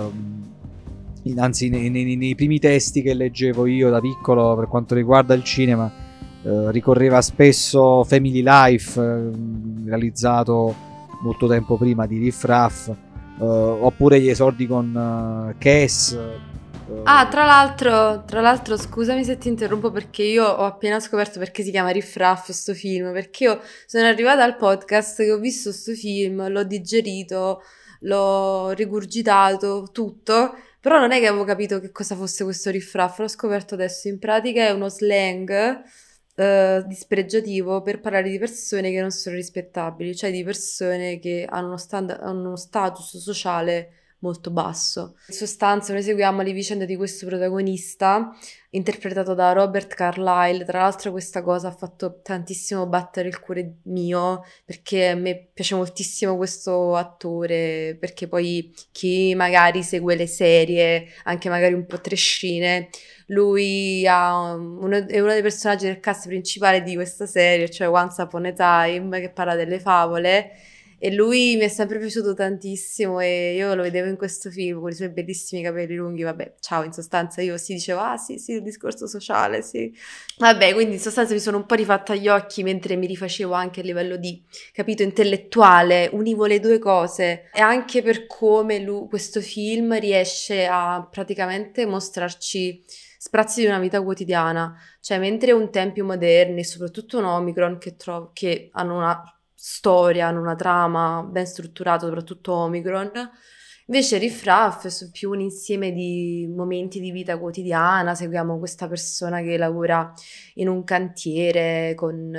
anzi nei primi testi che leggevo io da piccolo per quanto riguarda il cinema, ricorreva spesso Family Life, realizzato molto tempo prima di Riff Raff, oppure gli esordi con Cass. Tra l'altro, scusami se ti interrompo, perché io ho appena scoperto perché si chiama Riff Raff sto film, perché io sono arrivata al podcast che ho visto sto film, l'ho digerito, l'ho rigurgitato, tutto, però non è che avevo capito che cosa fosse questo Riff Raff, l'ho scoperto adesso. In pratica è uno slang dispregiativo per parlare di persone che non sono rispettabili, cioè di persone che hanno uno status sociale molto basso. In sostanza noi seguiamo le vicende di questo protagonista interpretato da Robert Carlyle. Tra l'altro questa cosa ha fatto tantissimo battere il cuore mio, perché a me piace moltissimo questo attore, perché poi chi magari segue le serie, anche magari un po' trashine, lui è uno dei personaggi del cast principale di questa serie, cioè Once Upon a Time, che parla delle favole. E lui mi è sempre piaciuto tantissimo e io lo vedevo in questo film con i suoi bellissimi capelli lunghi, vabbè, ciao, in sostanza io si dicevo, ah sì, il discorso sociale, sì. Vabbè, quindi in sostanza mi sono un po' rifatta gli occhi mentre mi rifacevo anche a livello di, capito, intellettuale, univo le due cose. E anche per come questo film riesce a praticamente mostrarci sprazzi di una vita quotidiana, cioè mentre un tempi moderni, soprattutto un Omicron che hanno una storia, hanno una trama ben strutturata, soprattutto Omicron. Invece Riff Raff è più un insieme di momenti di vita quotidiana, seguiamo questa persona che lavora in un cantiere con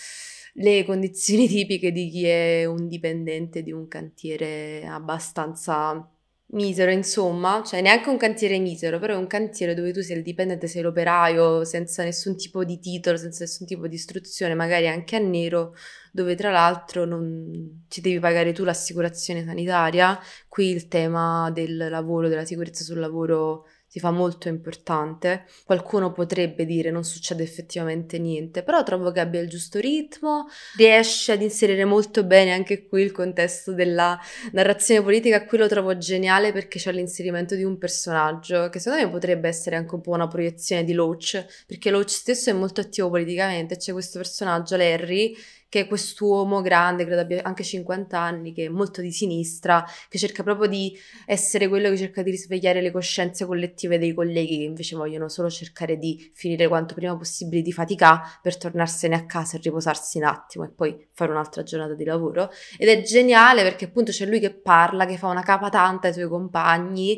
le condizioni tipiche di chi è un dipendente di un cantiere abbastanza misero, insomma, cioè neanche un cantiere misero, però è un cantiere dove tu sei il dipendente, sei l'operaio, senza nessun tipo di titolo, senza nessun tipo di istruzione, magari anche a nero, dove tra l'altro non ci devi pagare tu l'assicurazione sanitaria. Qui il tema del lavoro, della sicurezza sul lavoro si fa molto importante. Qualcuno potrebbe dire non succede effettivamente niente, però trovo che abbia il giusto ritmo, riesce ad inserire molto bene anche qui il contesto della narrazione politica. Qui lo trovo geniale perché c'è l'inserimento di un personaggio che secondo me potrebbe essere anche un po' una proiezione di Loach, perché Loach stesso è molto attivo politicamente. C'è questo personaggio, Larry, che è quest'uomo grande, credo abbia anche 50 anni, che è molto di sinistra, che cerca proprio di essere quello che cerca di risvegliare le coscienze collettive dei colleghi che invece vogliono solo cercare di finire quanto prima possibile di fatica per tornarsene a casa e riposarsi un attimo e poi fare un'altra giornata di lavoro. Ed è geniale perché appunto c'è lui che parla, che fa una capa tanta ai suoi compagni,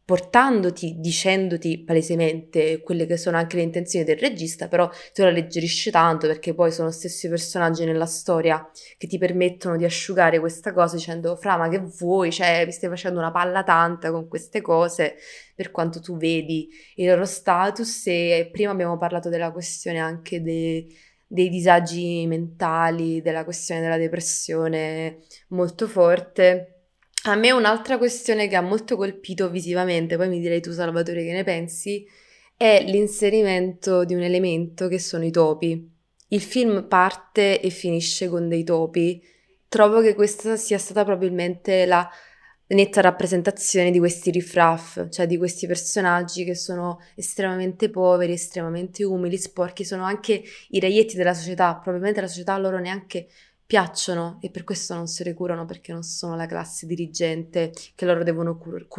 dicendoti palesemente quelle che sono anche le intenzioni del regista, però tu la alleggerisci tanto perché poi sono stessi personaggi nella storia che ti permettono di asciugare questa cosa dicendo fra ma che vuoi, cioè vi stai facendo una palla tanta con queste cose, per quanto tu vedi il loro status. E prima abbiamo parlato della questione anche dei disagi mentali, della questione della depressione molto forte. A me un'altra questione che ha molto colpito visivamente, poi mi direi tu Salvatore che ne pensi, è l'inserimento di un elemento che sono i topi. Il film parte e finisce con dei topi. Trovo che questa sia stata probabilmente la netta rappresentazione di questi riffraff, cioè di questi personaggi che sono estremamente poveri, estremamente umili, sporchi, sono anche i reietti della società. Probabilmente la società a loro neanche piacciono e per questo non se ne curano, perché non sono la classe dirigente che loro devono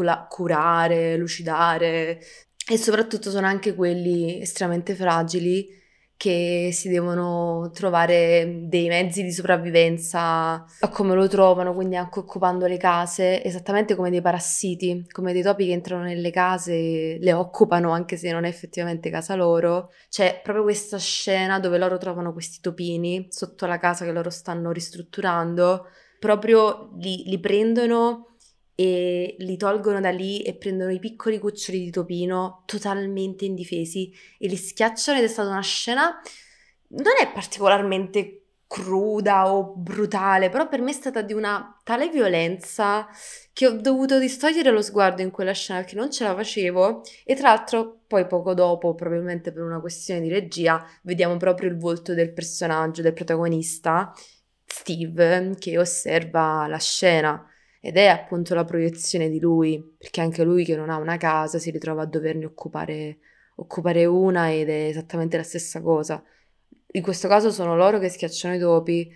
curare, lucidare, e soprattutto sono anche quelli estremamente fragili che si devono trovare dei mezzi di sopravvivenza a come lo trovano, quindi anche occupando le case, esattamente come dei parassiti, come dei topi che entrano nelle case e le occupano anche se non è effettivamente casa loro. C'è proprio questa scena dove loro trovano questi topini sotto la casa che loro stanno ristrutturando, proprio li prendono e li tolgono da lì e prendono i piccoli cuccioli di topino totalmente indifesi e li schiacciano, ed è stata una scena, non è particolarmente cruda o brutale, però per me è stata di una tale violenza che ho dovuto distogliere lo sguardo in quella scena perché non ce la facevo. E tra l'altro poi poco dopo, probabilmente per una questione di regia, vediamo proprio il volto del personaggio, del protagonista Steve, che osserva la scena. Ed è appunto la proiezione di lui, perché anche lui che non ha una casa si ritrova a doverne occupare una, ed è esattamente la stessa cosa. In questo caso sono loro che schiacciano i topi,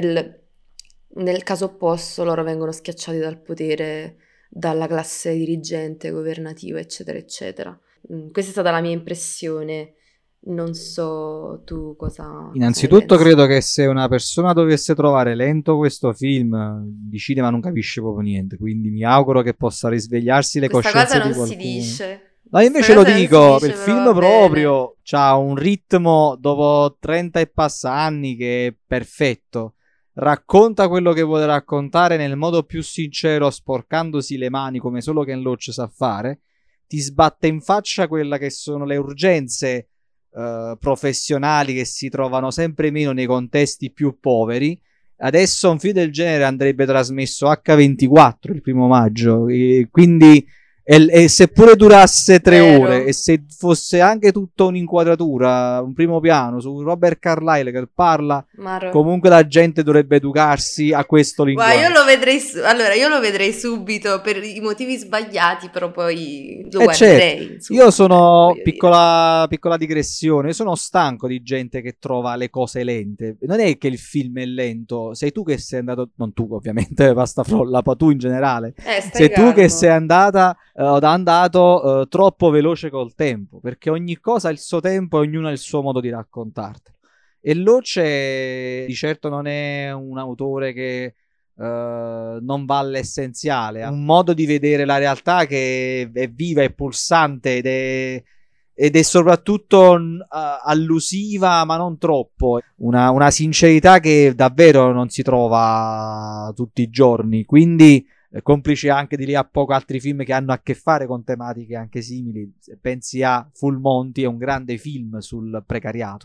nel caso opposto loro vengono schiacciati dal potere, dalla classe dirigente, governativa, eccetera, eccetera. Questa è stata la mia impressione. Non so tu cosa Innanzitutto pensi. credo che se una persona dovesse trovare lento questo film di cinema non capisce proprio niente, quindi mi auguro che possa risvegliarsi le Questa coscienze cosa di non si qualcuno. dice. Ma invece Questa lo cosa non si dico, dice, il però film va bene. proprio c'ha un ritmo dopo 30 e passa anni che è perfetto. racconta quello che vuole raccontare nel modo più sincero, sporcandosi le mani come solo Ken Loach sa fare, ti sbatte in faccia quella che sono le urgenze professionali che si trovano sempre meno nei contesti più poveri. Adesso un film del genere andrebbe trasmesso H24 il 1 maggio, e quindi e seppure durasse 3 ore e se fosse anche tutta un'inquadratura, un primo piano su Robert Carlyle che parla, comunque la gente dovrebbe educarsi a questo linguaggio. Io lo vedrei subito per i motivi sbagliati, però poi lo guarderei. Certo. Io sono piccola digressione, io sono stanco di gente che trova le cose lente. Non è che il film è lento, sei tu che sei andato, non tu ovviamente, basta frolla, ma tu in generale. Sei tu che sei andato troppo veloce col tempo, perché ogni cosa ha il suo tempo e ognuno ha il suo modo di raccontartelo. E Loce di certo non è un autore che non va all'essenziale, ha un modo di vedere la realtà che è viva e pulsante ed è soprattutto allusiva, ma non troppo. Una sincerità che davvero non si trova tutti i giorni, quindi complice anche di lì a poco altri film che hanno a che fare con tematiche anche simili. Se pensi a Full Monty, è un grande film sul precariato,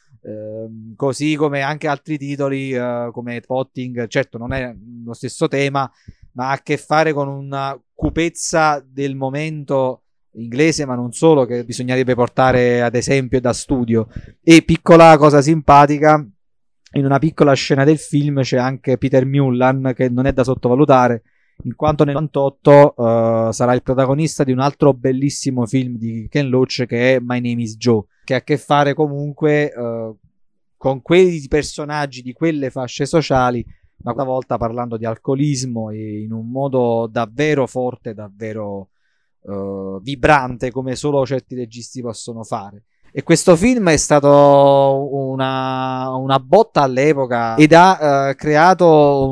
così come anche altri titoli come Potting, certo non è lo stesso tema, ma ha a che fare con una cupezza del momento inglese, ma non solo, che bisognerebbe portare ad esempio da studio. E piccola cosa simpatica, in una piccola scena del film c'è anche Peter Mullan, che non è da sottovalutare, in quanto nel 98 sarà il protagonista di un altro bellissimo film di Ken Loach che è My Name is Joe, che ha a che fare comunque con quei personaggi di quelle fasce sociali, ma questa volta parlando di alcolismo e in un modo davvero forte, davvero vibrante, come solo certi registi possono fare. E questo film è stato una botta all'epoca ed ha creato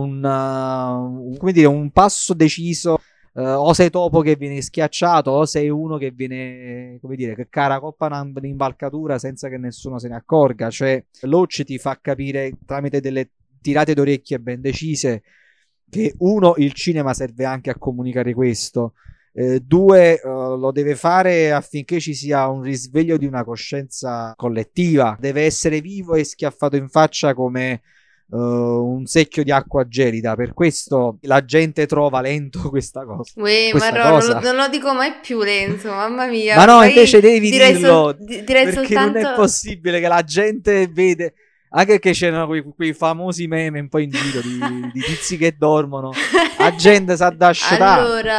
un passo deciso. O sei topo che viene schiacciato, o sei uno che viene, come dire, che caracoppa un'imbalcatura senza che nessuno se ne accorga. Cioè Loach ti fa capire tramite delle tirate d'orecchie ben decise che uno, il cinema serve anche a comunicare questo. Due, lo deve fare affinché ci sia un risveglio di una coscienza collettiva, deve essere vivo e schiaffato in faccia come un secchio di acqua gelida. Per questo la gente trova lento questa cosa. Non lo dico mai più lento, mamma mia. Ma no, invece devi dirlo, direi perché soltanto... non è possibile che la gente vede. Anche che c'erano quei famosi meme un po' in giro di tizi che dormono, la gente sa da asciugare.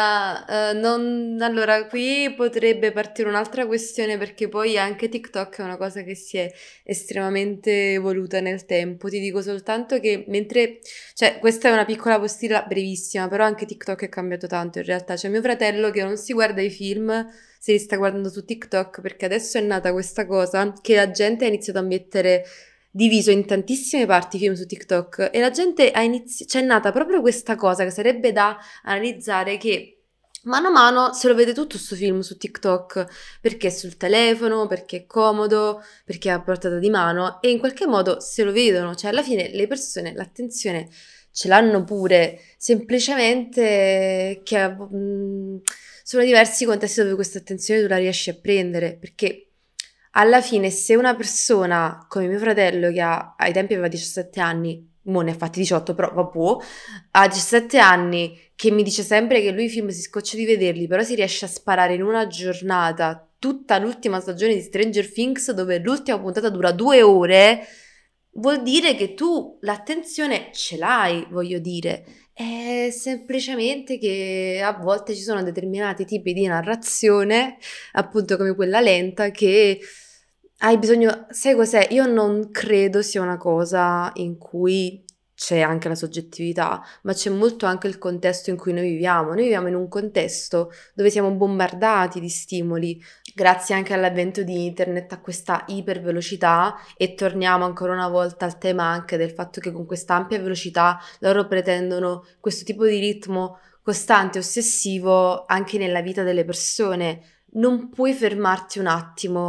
Allora, qui potrebbe partire un'altra questione, perché poi anche TikTok è una cosa che si è estremamente evoluta nel tempo. Ti dico soltanto che cioè, questa è una piccola postilla brevissima, però anche TikTok è cambiato tanto in realtà. C'è mio fratello che non si guarda i film, se li sta guardando su TikTok, perché adesso è nata questa cosa che la gente ha iniziato a mettere diviso in tantissime parti film su TikTok, e la gente c'è nata proprio questa cosa che sarebbe da analizzare, che mano a mano se lo vede tutto sto film su TikTok, perché è sul telefono, perché è comodo, perché è a portata di mano, e in qualche modo se lo vedono, cioè alla fine le persone l'attenzione ce l'hanno pure, semplicemente che sono diversi contesti dove questa attenzione tu la riesci a prendere, perché alla fine se una persona come mio fratello, che ai tempi aveva 17 anni, mo ne ha fatti 18 però vabbè, ha 17 anni, che mi dice sempre che lui i film si scoccia di vederli, però si riesce a sparare in una giornata tutta l'ultima stagione di Stranger Things, dove l'ultima puntata dura 2 ore, vuol dire che tu l'attenzione ce l'hai, voglio dire. È semplicemente che a volte ci sono determinati tipi di narrazione, appunto come quella lenta, che hai bisogno... Sai cos'è? Io non credo sia una cosa in cui c'è anche la soggettività, ma c'è molto anche il contesto in cui noi viviamo. Noi viviamo in un contesto dove siamo bombardati di stimoli, grazie anche all'avvento di internet, a questa ipervelocità, e torniamo ancora una volta al tema anche del fatto che con questa ampia velocità loro pretendono questo tipo di ritmo costante e ossessivo anche nella vita delle persone. Non puoi fermarti un attimo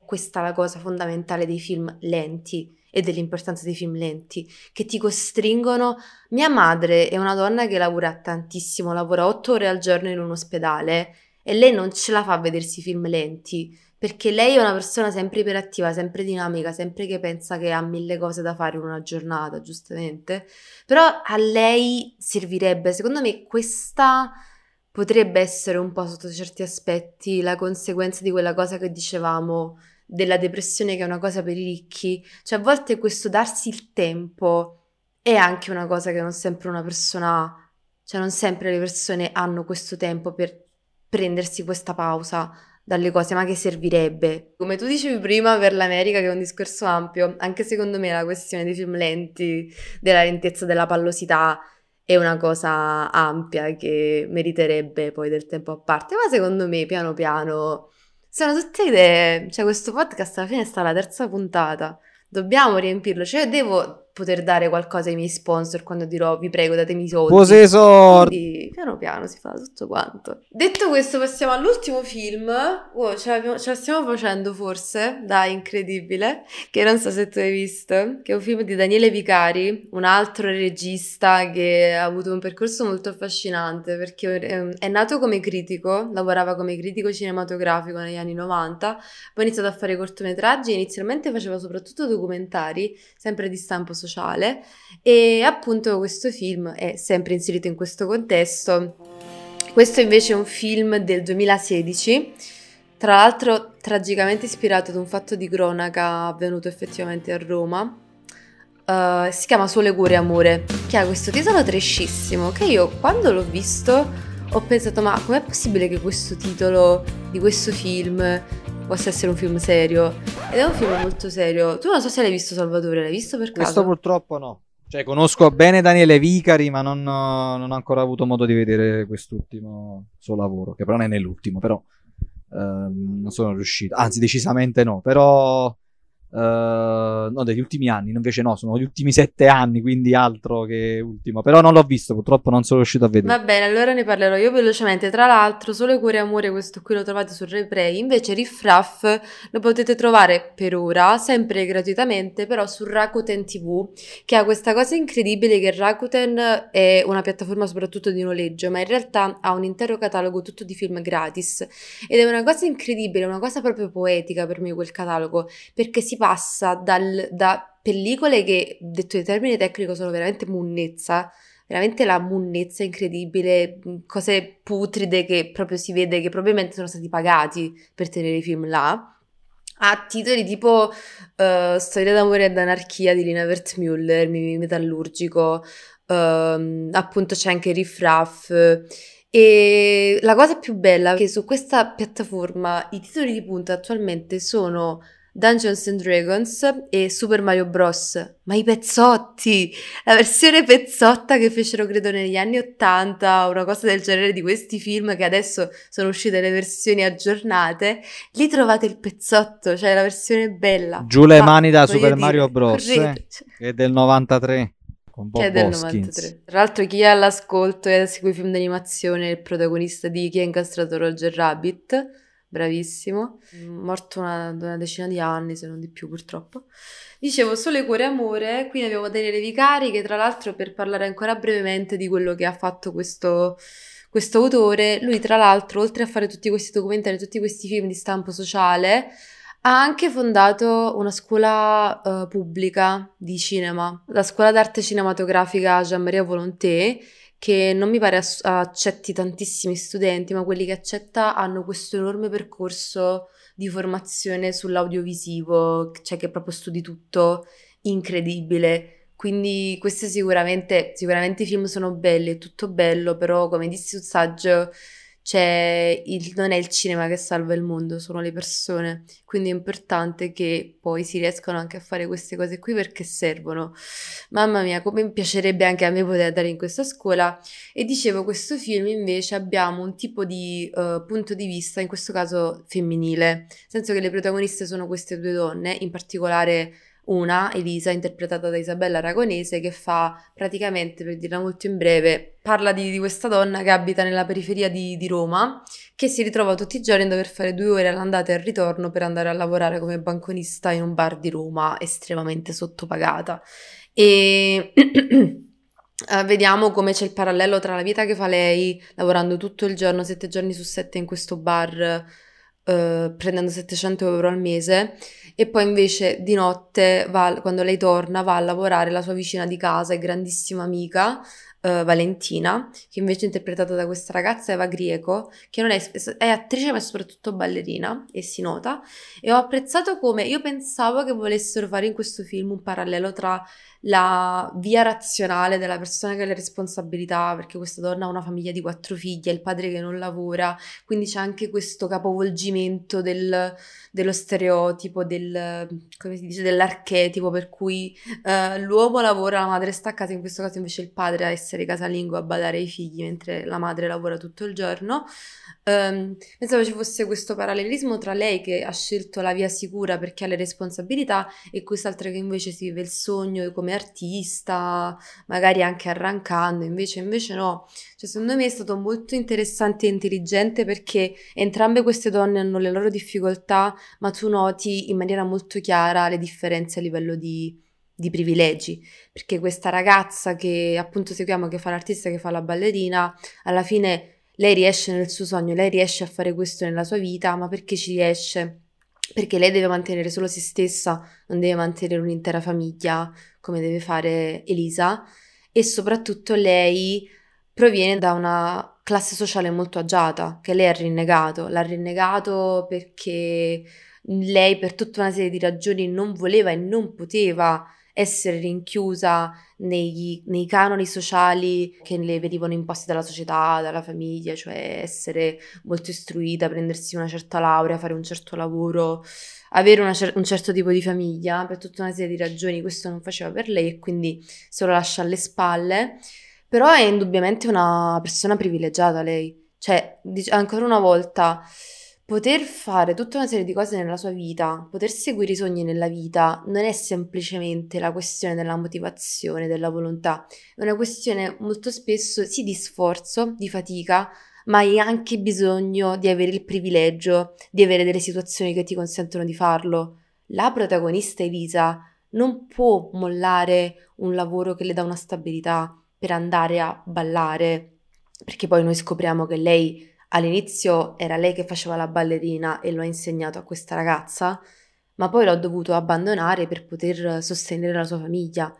questa la cosa fondamentale dei film lenti e dell'importanza dei film lenti, che ti costringono. Mia madre è una donna che lavora tantissimo, lavora 8 ore al giorno in un ospedale e lei non ce la fa a vedersi film lenti, perché lei è una persona sempre iperattiva, sempre dinamica, sempre che pensa che ha 1000 cose da fare in una giornata, giustamente. Però a lei servirebbe, secondo me, questa potrebbe essere un po' sotto certi aspetti la conseguenza di quella cosa che dicevamo della depressione, che è una cosa per i ricchi. Cioè a volte questo darsi il tempo è anche una cosa che non sempre una persona ha. Cioè non sempre le persone hanno questo tempo per prendersi questa pausa dalle cose, ma che servirebbe. Come tu dicevi prima per l'America, che è un discorso ampio, anche secondo me la questione dei film lenti, della lentezza, della pallosità è una cosa ampia che meriterebbe poi del tempo a parte, ma secondo me piano piano sono tutte idee. Cioè questo podcast alla fine sta alla terza puntata, dobbiamo riempirlo, cioè io devo poter dare qualcosa ai miei sponsor quando dirò vi prego datemi i soldi. Possessor! Quindi piano piano si fa tutto quanto. Detto questo passiamo all'ultimo film. Oh, ce la stiamo facendo forse, dai, incredibile, che non so se tu hai visto, che è un film di Daniele Vicari, un altro regista che ha avuto un percorso molto affascinante perché è nato come critico, lavorava come critico cinematografico negli anni 90, poi ha iniziato a fare cortometraggi, inizialmente faceva soprattutto documentari, sempre di stampo sociale, e appunto questo film è sempre inserito in questo contesto. Questo invece è un film del 2016, tra l'altro tragicamente ispirato ad un fatto di cronaca avvenuto effettivamente a Roma. Si chiama Sole, Cuore, Amore, che ha questo titolo trescissimo, che io quando l'ho visto ho pensato ma com'è possibile che questo titolo di questo film possa essere un film serio? Ed è un film molto serio. Tu non so se l'hai visto, Salvatore, l'hai visto per caso? Questo purtroppo no. Cioè, conosco bene Daniele Vicari, ma non ho ancora avuto modo di vedere quest'ultimo suo lavoro, che però non è nell'ultimo, però non sono riuscito. Anzi, decisamente no, però no, degli ultimi anni, invece no, sono gli ultimi 7 anni, quindi altro che ultimo. Però non l'ho visto, purtroppo non sono riuscito a vedere. Va bene, allora ne parlerò io velocemente. Tra l'altro, Sole, Cuore, Amore, questo qui lo trovate su RaiPlay, invece Riff Raff lo potete trovare per ora, sempre gratuitamente, però su Rakuten TV, che ha questa cosa incredibile che Rakuten è una piattaforma soprattutto di noleggio, ma in realtà ha un intero catalogo tutto di film gratis. Ed è una cosa incredibile, una cosa proprio poetica per me quel catalogo, perché si passa da pellicole che, detto in termini tecnici, sono veramente munnezza, veramente la munnezza incredibile, cose putride che proprio si vede che probabilmente sono stati pagati per tenere i film là, a titoli tipo Storia d'amore ed anarchia di Lina Wertmüller, Metallurgico, appunto c'è anche Riff Raff. E la cosa più bella è che su questa piattaforma i titoli di punta attualmente sono Dungeons and Dragons e Super Mario Bros. Ma i pezzotti, la versione pezzotta che fecero credo negli anni 80, una cosa del genere di questi film che adesso sono uscite le versioni aggiornate, lì trovate il pezzotto, cioè la versione bella. Giù le Ma, mani da voglio Super dire, Mario Bros. correte. Che è del 93 con Che è Bob del Hoskins. 93. Tra l'altro chi è all'ascolto e segue i film d'animazione è il protagonista di Chi ha incastrato Roger Rabbit, bravissimo, morto una decina di anni se non di più purtroppo. Dicevo Sole, Cuore, Amore, qui ne abbiamo Daniele Vicari che tra l'altro, per parlare ancora brevemente di quello che ha fatto questo autore, lui tra l'altro oltre a fare tutti questi documentari, tutti questi film di stampo sociale, ha anche fondato una scuola pubblica di cinema, la scuola d'arte cinematografica Gian Maria Volonté, che non mi pare accetti tantissimi studenti, ma quelli che accetta hanno questo enorme percorso di formazione sull'audiovisivo, cioè che proprio studi tutto, incredibile. Quindi questi sicuramente i film sono belli, è tutto bello, però come dissi sul saggio non è il cinema che salva il mondo, sono le persone, quindi è importante che poi si riescano anche a fare queste cose qui perché servono. Mamma mia, come mi piacerebbe anche a me poter andare in questa scuola. E dicevo, questo film invece abbiamo un tipo di punto di vista, in questo caso femminile, nel senso che le protagoniste sono queste due donne, in particolare una, Elisa, interpretata da Isabella Aragonese, che fa praticamente, per dirla molto in breve, parla di questa donna che abita nella periferia di Roma, che si ritrova tutti i giorni a dover fare 2 ore all'andata e al ritorno per andare a lavorare come banconista in un bar di Roma estremamente sottopagata. E vediamo come c'è il parallelo tra la vita che fa lei, lavorando tutto il giorno, 7 giorni su 7 in questo bar, prendendo 700 euro al mese, e poi invece di notte, quando lei torna, va a lavorare la sua vicina di casa e grandissima amica, Valentina, che invece è interpretata da questa ragazza Eva Grieco, che non è attrice ma è soprattutto ballerina, e si nota. E ho apprezzato come io pensavo che volessero fare in questo film un parallelo tra la via razionale della persona che ha le responsabilità, perché questa donna ha una famiglia di 4 figli, ha il padre che non lavora, quindi c'è anche questo capovolgimento dello stereotipo, come si dice, dell'archetipo, per cui l'uomo lavora, la madre sta a casa, in questo caso invece il padre a essere casalingo, a badare ai figli, mentre la madre lavora tutto il giorno. Pensavo ci fosse questo parallelismo tra lei che ha scelto la via sicura perché ha le responsabilità e quest'altra che invece si vive il sogno come artista, magari anche arrancando, invece no. Cioè, secondo me è stato molto interessante e intelligente perché entrambe queste donne hanno le loro difficoltà, ma tu noti in maniera molto chiara le differenze a livello di privilegi, perché questa ragazza che appunto seguiamo, che fa l'artista, che fa la ballerina, alla fine lei riesce nel suo sogno, lei riesce a fare questo nella sua vita, ma perché ci riesce? Perché lei deve mantenere solo se stessa, non deve mantenere un'intera famiglia come deve fare Elisa, e soprattutto lei proviene da una classe sociale molto agiata, che lei l'ha rinnegato perché lei per tutta una serie di ragioni non voleva e non poteva essere rinchiusa nei canoni sociali che le venivano imposti dalla società, dalla famiglia, cioè essere molto istruita, prendersi una certa laurea, fare un certo lavoro, avere un certo tipo di famiglia. Per tutta una serie di ragioni questo non faceva per lei e quindi se lo lascia alle spalle. Però è indubbiamente una persona privilegiata lei, cioè ancora una volta poter fare tutta una serie di cose nella sua vita, poter seguire i sogni nella vita, non è semplicemente la questione della motivazione, della volontà, è una questione molto spesso sì di sforzo, di fatica, ma hai anche bisogno di avere il privilegio, di avere delle situazioni che ti consentono di farlo. La protagonista Elisa non può mollare un lavoro che le dà una stabilità per andare a ballare, perché poi noi scopriamo che lei all'inizio era lei che faceva la ballerina e lo ha insegnato a questa ragazza, ma poi l'ho dovuto abbandonare per poter sostenere la sua famiglia.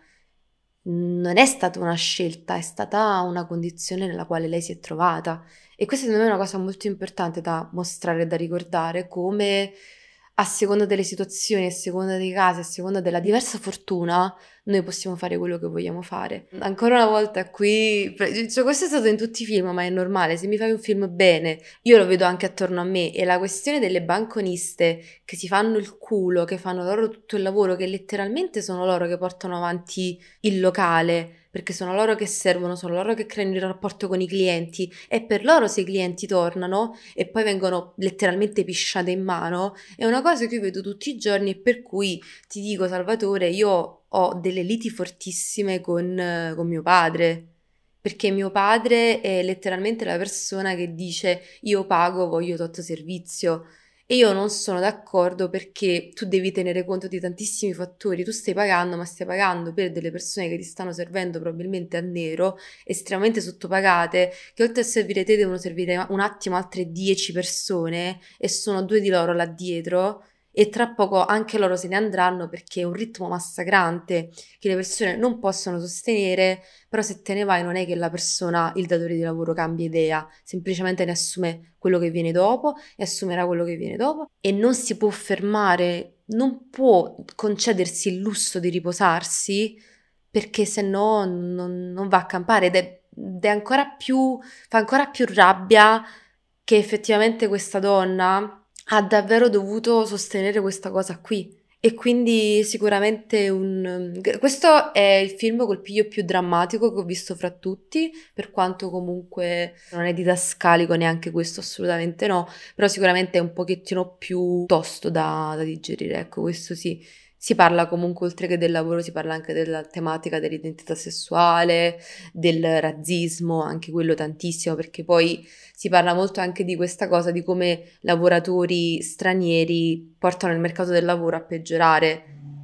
Non è stata una scelta, è stata una condizione nella quale lei si è trovata. E questa secondo me è una cosa molto importante da mostrare e da ricordare, come a seconda delle situazioni, a seconda dei casi, a seconda della diversa fortuna, noi possiamo fare quello che vogliamo fare. Ancora una volta qui, cioè questo è stato in tutti i film, ma è normale, se mi fai un film bene, io lo vedo anche attorno a me, e la questione delle banconiste che si fanno il culo, che fanno loro tutto il lavoro, che letteralmente sono loro che portano avanti il locale, perché sono loro che servono, sono loro che creano il rapporto con i clienti, e per loro se i clienti tornano e poi vengono letteralmente pisciate in mano, è una cosa che io vedo tutti i giorni, e per cui ti dico, Salvatore, io ho delle liti fortissime con mio padre, perché mio padre è letteralmente la persona che dice io pago, voglio tot servizio, e io non sono d'accordo perché tu devi tenere conto di tantissimi fattori. Tu stai pagando, ma stai pagando per delle persone che ti stanno servendo probabilmente a nero, estremamente sottopagate, che oltre a servire te devono servire un attimo altre 10 persone, e sono 2 di loro là dietro, e tra poco anche loro se ne andranno perché è un ritmo massacrante che le persone non possono sostenere. Però se te ne vai non è che la persona, il datore di lavoro, cambia idea, semplicemente ne assume quello che viene dopo e assumerà quello che viene dopo, e non si può fermare, non può concedersi il lusso di riposarsi, perché se no non va a campare, ed è ancora più, fa ancora più rabbia che effettivamente questa donna ha davvero dovuto sostenere questa cosa qui. E quindi sicuramente questo è il film col piglio più drammatico che ho visto fra tutti, per quanto comunque non è didascalico neanche questo, assolutamente no, però sicuramente è un pochettino più tosto da digerire, ecco, questo sì. Si parla comunque, oltre che del lavoro, si parla anche della tematica dell'identità sessuale, del razzismo, anche quello tantissimo, perché poi si parla molto anche di questa cosa, di come lavoratori stranieri portano il mercato del lavoro a peggiorare.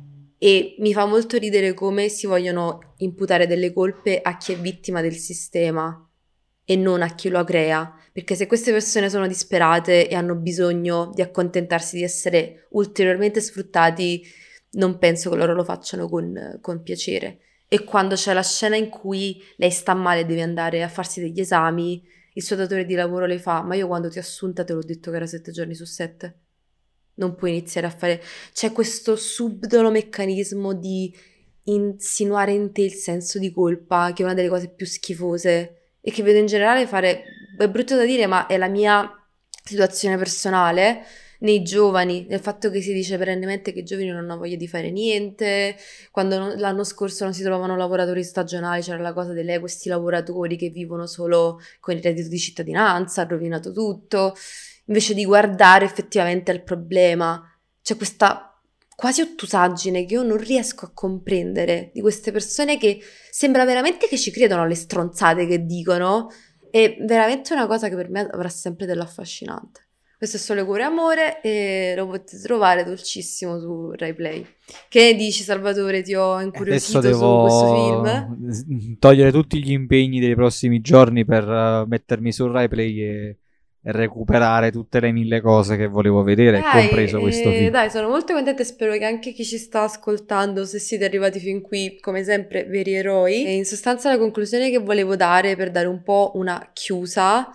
E mi fa molto ridere come si vogliono imputare delle colpe a chi è vittima del sistema e non a chi lo crea, perché se queste persone sono disperate e hanno bisogno di accontentarsi di essere ulteriormente sfruttati, non penso che loro lo facciano con piacere. E quando c'è la scena in cui lei sta male e deve andare a farsi degli esami, il suo datore di lavoro le fa: ma io quando ti ho assunta te l'ho detto che era 7 giorni su 7. Non puoi iniziare a fare... C'è questo subdolo meccanismo di insinuare in te il senso di colpa, che è una delle cose più schifose e che vedo in generale fare... È brutto da dire, ma è la mia situazione personale nei giovani, nel fatto che si dice perennemente che i giovani non hanno voglia di fare niente, quando l'anno scorso non si trovavano lavoratori stagionali, c'era la cosa delle questi lavoratori che vivono solo con il reddito di cittadinanza, ha rovinato tutto, invece di guardare effettivamente al problema. C'è questa quasi ottusaggine che io non riesco a comprendere di queste persone che sembra veramente che ci credono alle stronzate che dicono. È veramente una cosa che per me avrà sempre dell'affascinante. Questo è Sole Cuore e Amore e lo potete trovare dolcissimo su Rai Play. Che ne dici, Salvatore? Ti ho incuriosito Adesso su questo devo film? togliere tutti gli impegni dei prossimi giorni per mettermi su Rai Play e recuperare tutte le 1000 cose che volevo vedere, compreso questo film. Dai, sono molto contenta e spero che anche chi ci sta ascoltando, se siete arrivati fin qui, come sempre, veri eroi. E in sostanza la conclusione che volevo dare, per dare un po' una chiusa,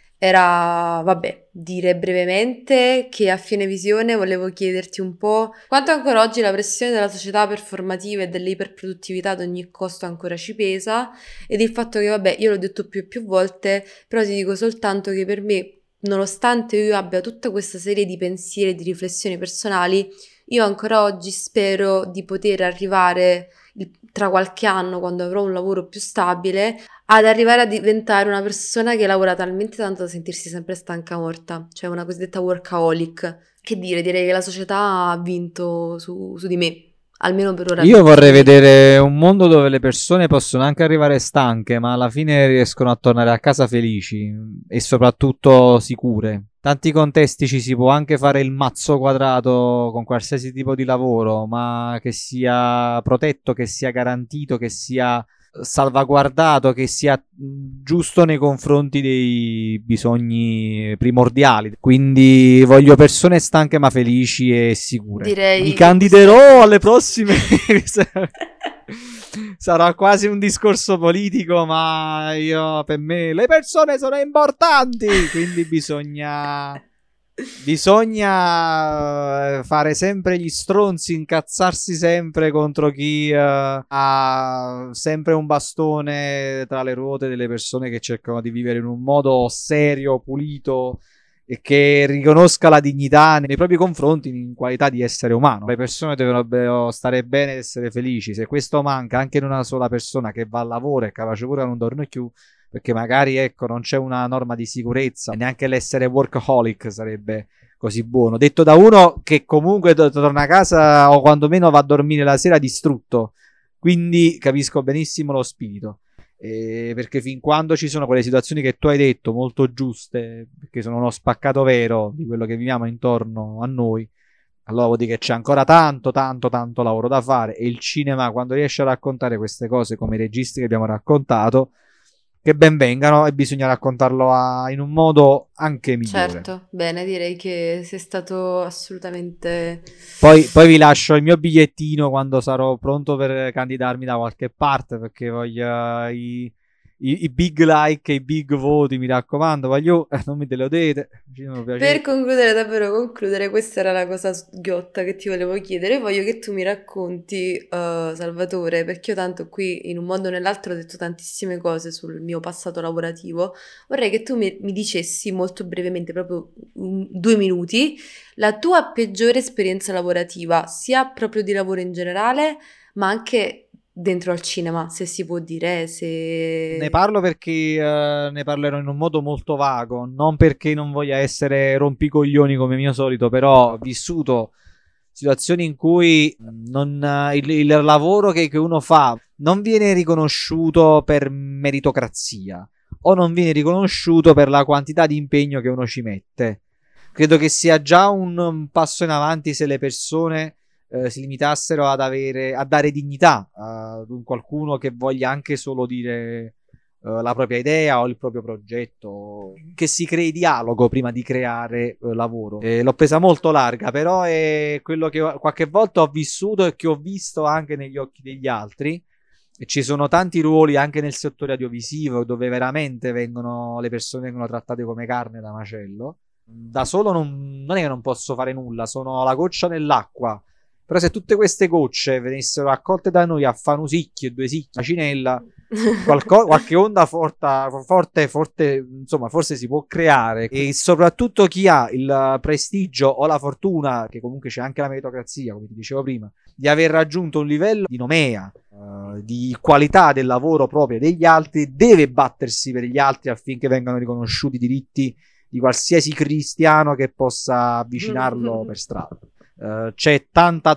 era, vabbè, dire brevemente che a fine visione volevo chiederti un po' quanto ancora oggi la pressione della società performativa e dell'iperproduttività ad ogni costo ancora ci pesa, ed il fatto che, vabbè, io l'ho detto più e più volte, però ti dico soltanto che per me, nonostante io abbia tutta questa serie di pensieri e di riflessioni personali, io ancora oggi spero di poter arrivare tra qualche anno, quando avrò un lavoro più stabile, ad arrivare a diventare una persona che lavora talmente tanto da sentirsi sempre stanca morta, cioè una cosiddetta workaholic. Che dire, direi che la società ha vinto su di me, almeno per ora. Io vorrei vedere un mondo dove le persone possono anche arrivare stanche, ma alla fine riescono a tornare a casa felici e soprattutto sicure. Tanti contesti ci si può anche fare il mazzo quadrato con qualsiasi tipo di lavoro, ma che sia protetto, che sia garantito, che sia salvaguardato, che sia giusto nei confronti dei bisogni primordiali. Quindi voglio persone stanche ma felici e sicure. Direi Mi candiderò alle prossime. Sarà quasi un discorso politico, ma io, per me le persone sono importanti, quindi bisogna fare sempre gli stronzi, incazzarsi sempre contro chi ha sempre un bastone tra le ruote delle persone che cercano di vivere in un modo serio, pulito e che riconosca la dignità nei propri confronti in qualità di essere umano. Le persone dovrebbero stare bene ed essere felici. Se questo manca anche in una sola persona che va al lavoro e capace pure non dorme più, perché magari ecco non c'è una norma di sicurezza, e neanche l'essere workaholic sarebbe così buono. Detto da uno che comunque torna a casa o quantomeno va a dormire la sera distrutto, quindi capisco benissimo lo spirito. Perché fin quando ci sono quelle situazioni che tu hai detto molto giuste, perché sono uno spaccato vero di quello che viviamo intorno a noi, allora vuol dire che c'è ancora tanto lavoro da fare, e il cinema, quando riesce a raccontare queste cose come i registi che abbiamo raccontato, che ben vengano, e bisogna raccontarlo in un modo anche migliore. Certo, bene, direi che sei stato assolutamente... Poi vi lascio il mio bigliettino quando sarò pronto per candidarmi da qualche parte, perché voglio i big like e i big voti, mi raccomando, voglio, non mi deludete. Per concludere, davvero concludere, questa era la cosa ghiotta che ti volevo chiedere. Voglio che tu mi racconti, Salvatore, perché io tanto qui in un modo o nell'altro ho detto tantissime cose sul mio passato lavorativo. Vorrei che tu mi dicessi molto brevemente, proprio 2 minuti, la tua peggiore esperienza lavorativa, sia proprio di lavoro in generale, ma anche dentro al cinema, se si può dire, se... Ne parlo perché ne parlerò in un modo molto vago, non perché non voglia essere rompicoglioni come mio solito, però ho vissuto situazioni in cui il lavoro che uno fa non viene riconosciuto per meritocrazia o non viene riconosciuto per la quantità di impegno che uno ci mette. Credo che sia già un passo in avanti se le persone si limitassero a dare dignità ad un qualcuno che voglia anche solo dire la propria idea o il proprio progetto, che si crei dialogo prima di creare lavoro. L'ho presa molto larga, però è quello che qualche volta ho vissuto e che ho visto anche negli occhi degli altri. E ci sono tanti ruoli anche nel settore audiovisivo dove veramente le persone vengono trattate come carne da macello. Da solo non è che non posso fare nulla, sono la goccia nell'acqua. Però se tutte queste gocce venissero raccolte da noi a fare un sicchio, 2 sicchi, una cinella, qualche onda forte, insomma, forse si può creare. E soprattutto chi ha il prestigio o la fortuna, che comunque c'è anche la meritocrazia, come ti dicevo prima, di aver raggiunto un livello di nomea, di qualità del lavoro proprio degli altri, deve battersi per gli altri affinché vengano riconosciuti i diritti di qualsiasi cristiano che possa avvicinarlo per strada. C'è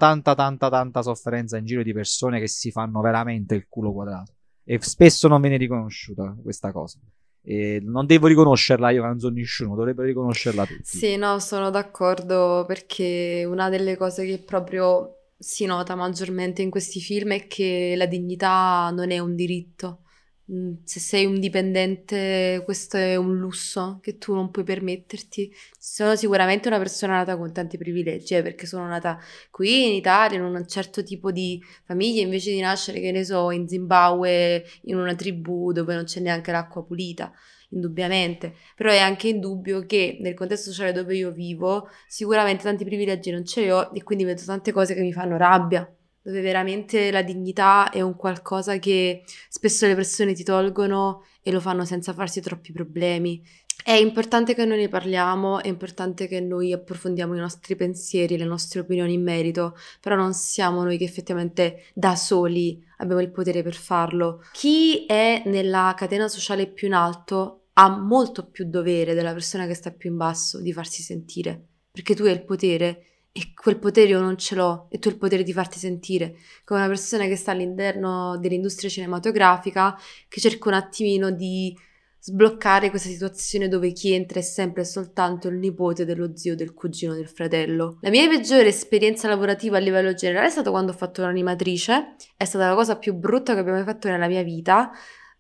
tanta sofferenza in giro di persone che si fanno veramente il culo quadrato e spesso non viene riconosciuta questa cosa. E non devo riconoscerla io che non sono nessuno, dovrebbero riconoscerla tutti. Sì, no, sono d'accordo, perché una delle cose che proprio si nota maggiormente in questi film è che la dignità non è un diritto. Se sei un dipendente, questo è un lusso che tu non puoi permetterti. Sono sicuramente una persona nata con tanti privilegi, perché sono nata qui in Italia, in un certo tipo di famiglia, invece di nascere, che ne so, in Zimbabwe, in una tribù dove non c'è neanche l'acqua pulita, indubbiamente. Però è anche indubbio che nel contesto sociale dove io vivo, sicuramente tanti privilegi non ce li ho, e quindi vedo tante cose che mi fanno rabbia, dove veramente la dignità è un qualcosa che spesso le persone ti tolgono e lo fanno senza farsi troppi problemi. È importante che noi ne parliamo, è importante che noi approfondiamo i nostri pensieri, le nostre opinioni in merito, però non siamo noi che effettivamente da soli abbiamo il potere per farlo. Chi è nella catena sociale più in alto ha molto più dovere della persona che sta più in basso di farsi sentire, perché tu hai il potere. E quel potere io non ce l'ho, e tu hai il potere di farti sentire, come una persona che sta all'interno dell'industria cinematografica, che cerca un attimino di sbloccare questa situazione dove chi entra è sempre e soltanto il nipote dello zio, del cugino, del fratello. La mia peggiore esperienza lavorativa a livello generale è stata quando ho fatto l'animatrice. È stata la cosa più brutta che abbia mai fatto nella mia vita.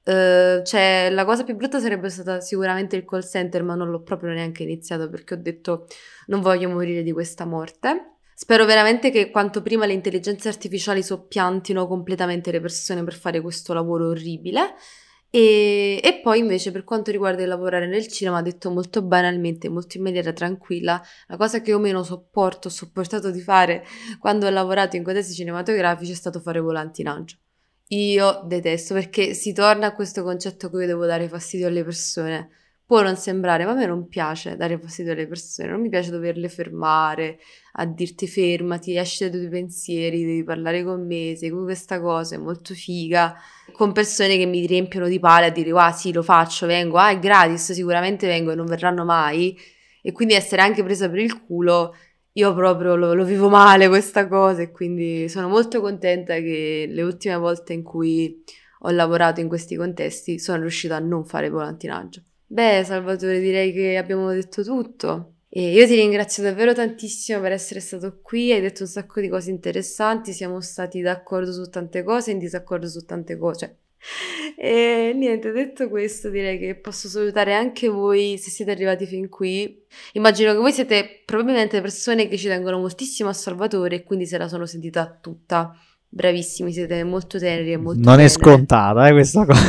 Cioè, la cosa più brutta sarebbe stata sicuramente il call center, ma non l'ho proprio neanche iniziato perché ho detto non voglio morire di questa morte. Spero veramente che quanto prima le intelligenze artificiali soppiantino completamente le persone per fare questo lavoro orribile. E poi invece, per quanto riguarda il lavorare nel cinema, ha detto molto banalmente, molto in maniera tranquilla, la cosa che io meno ho sopportato di fare quando ho lavorato in contesti cinematografici è stato fare volantinaggio. Io detesto, perché si torna a questo concetto che io devo dare fastidio alle persone. Può non sembrare, ma a me non piace dare fastidio alle persone, non mi piace doverle fermare, a dirti fermati, esci dai tuoi pensieri, devi parlare con me, segui questa cosa, è molto figa, con persone che mi riempiono di pale a dire ah sì, lo faccio, vengo, è gratis, sicuramente vengo, e non verranno mai, e quindi essere anche presa per il culo. Io proprio lo vivo male questa cosa, e quindi sono molto contenta che le ultime volte in cui ho lavorato in questi contesti sono riuscita a non fare volantinaggio. Beh, Salvatore, direi che abbiamo detto tutto. E io ti ringrazio davvero tantissimo per essere stato qui, hai detto un sacco di cose interessanti, siamo stati d'accordo su tante cose, in disaccordo su tante cose. E niente, detto questo, direi che posso salutare anche voi se siete arrivati fin qui. Immagino che voi siete probabilmente persone che ci tengono moltissimo a Salvatore e quindi se la sono sentita tutta. Bravissimi, siete molto teneri e molto non tenere. è scontata questa cosa.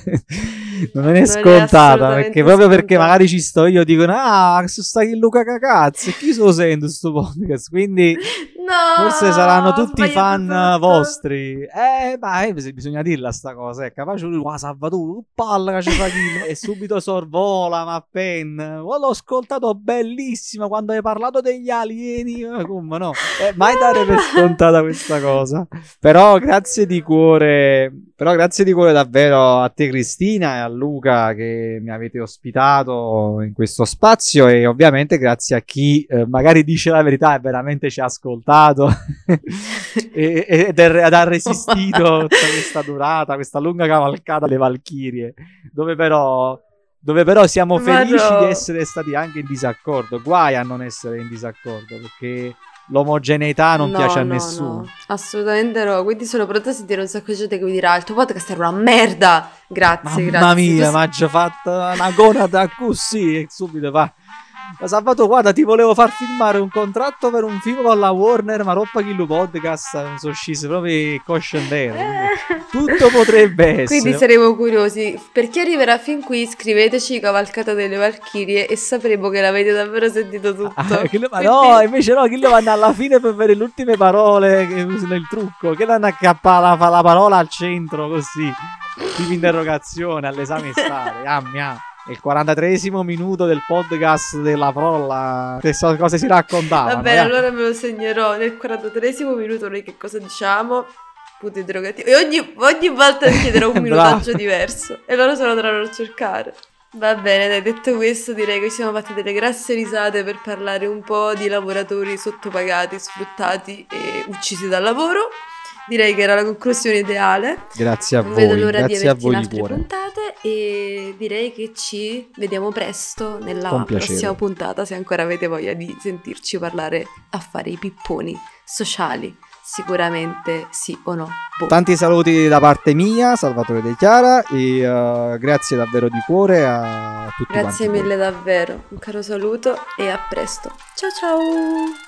Non è Non è scontata, assolutamente perché proprio perché scontata. magari ci sto io, dicono sto sta chi Luca Cagazzi, chi se lo sento sto podcast, quindi No, forse saranno ho tutti sbagliato fan tutto. vostri. Ma bisogna dirla sta cosa, è capace lui, Salvatore, palla che ci fa e subito sorvola, ma l'ho ascoltato, bellissima quando hai parlato degli alieni, come no? Mai dare per scontata questa cosa. Però grazie di cuore davvero a te Cristina e a Luca che mi avete ospitato in questo spazio, e ovviamente grazie a chi magari dice la verità e veramente ci ha ascoltato provato ed ha resistito tutta questa durata, questa lunga cavalcata alle Valchirie, dove però siamo felici di essere stati anche in disaccordo. Guai a non essere in disaccordo, perché l'omogeneità non piace a nessuno. No, assolutamente no. Quindi sono pronta a sentire un sacco di gente che mi dirà: il tuo podcast era una merda. Grazie, Mamma grazie. mia, ma ci ho fatto una gonata così e subito va. Ma Salvato, guarda, ti volevo far firmare un contratto per un film con la Warner, ma roppa chi lo podcast, sono scese proprio cosce nere. Tutto potrebbe essere. Quindi saremo curiosi. Per chi arriverà fin qui, scriveteci Cavalcata delle Valchirie e sapremo che l'avete davvero sentito tutto. Ma no, invece no, chi lo vanno alla fine per vedere le ultime parole che usano il trucco, che vanno a cappare la parola al centro così, tipo interrogazione all'esame stare. Il 43esimo minuto del podcast della Frolla, che cose si raccontavano. Va bene, allora me lo segnerò. Nel 43esimo minuto noi che cosa diciamo? Punto interrogativo. E ogni volta vi chiederò un minutaggio diverso e loro se lo andranno a cercare. Va bene, dai, detto questo direi che ci siamo fatti delle grasse risate per parlare un po' di lavoratori sottopagati, sfruttati e uccisi dal lavoro. Direi che era la conclusione ideale. Grazie a voi. Non vedo l'ora di Grazie a averti voi in di altre cuore. puntate e direi che ci vediamo presto nella Con piacere. prossima puntata, se ancora avete voglia di sentirci parlare a fare i pipponi sociali. Sicuramente sì o no. Tanti saluti da parte mia, Salvatore De Chiara, e grazie davvero di cuore a tutti quanti. Grazie mille davvero, un caro saluto e a presto. Ciao ciao!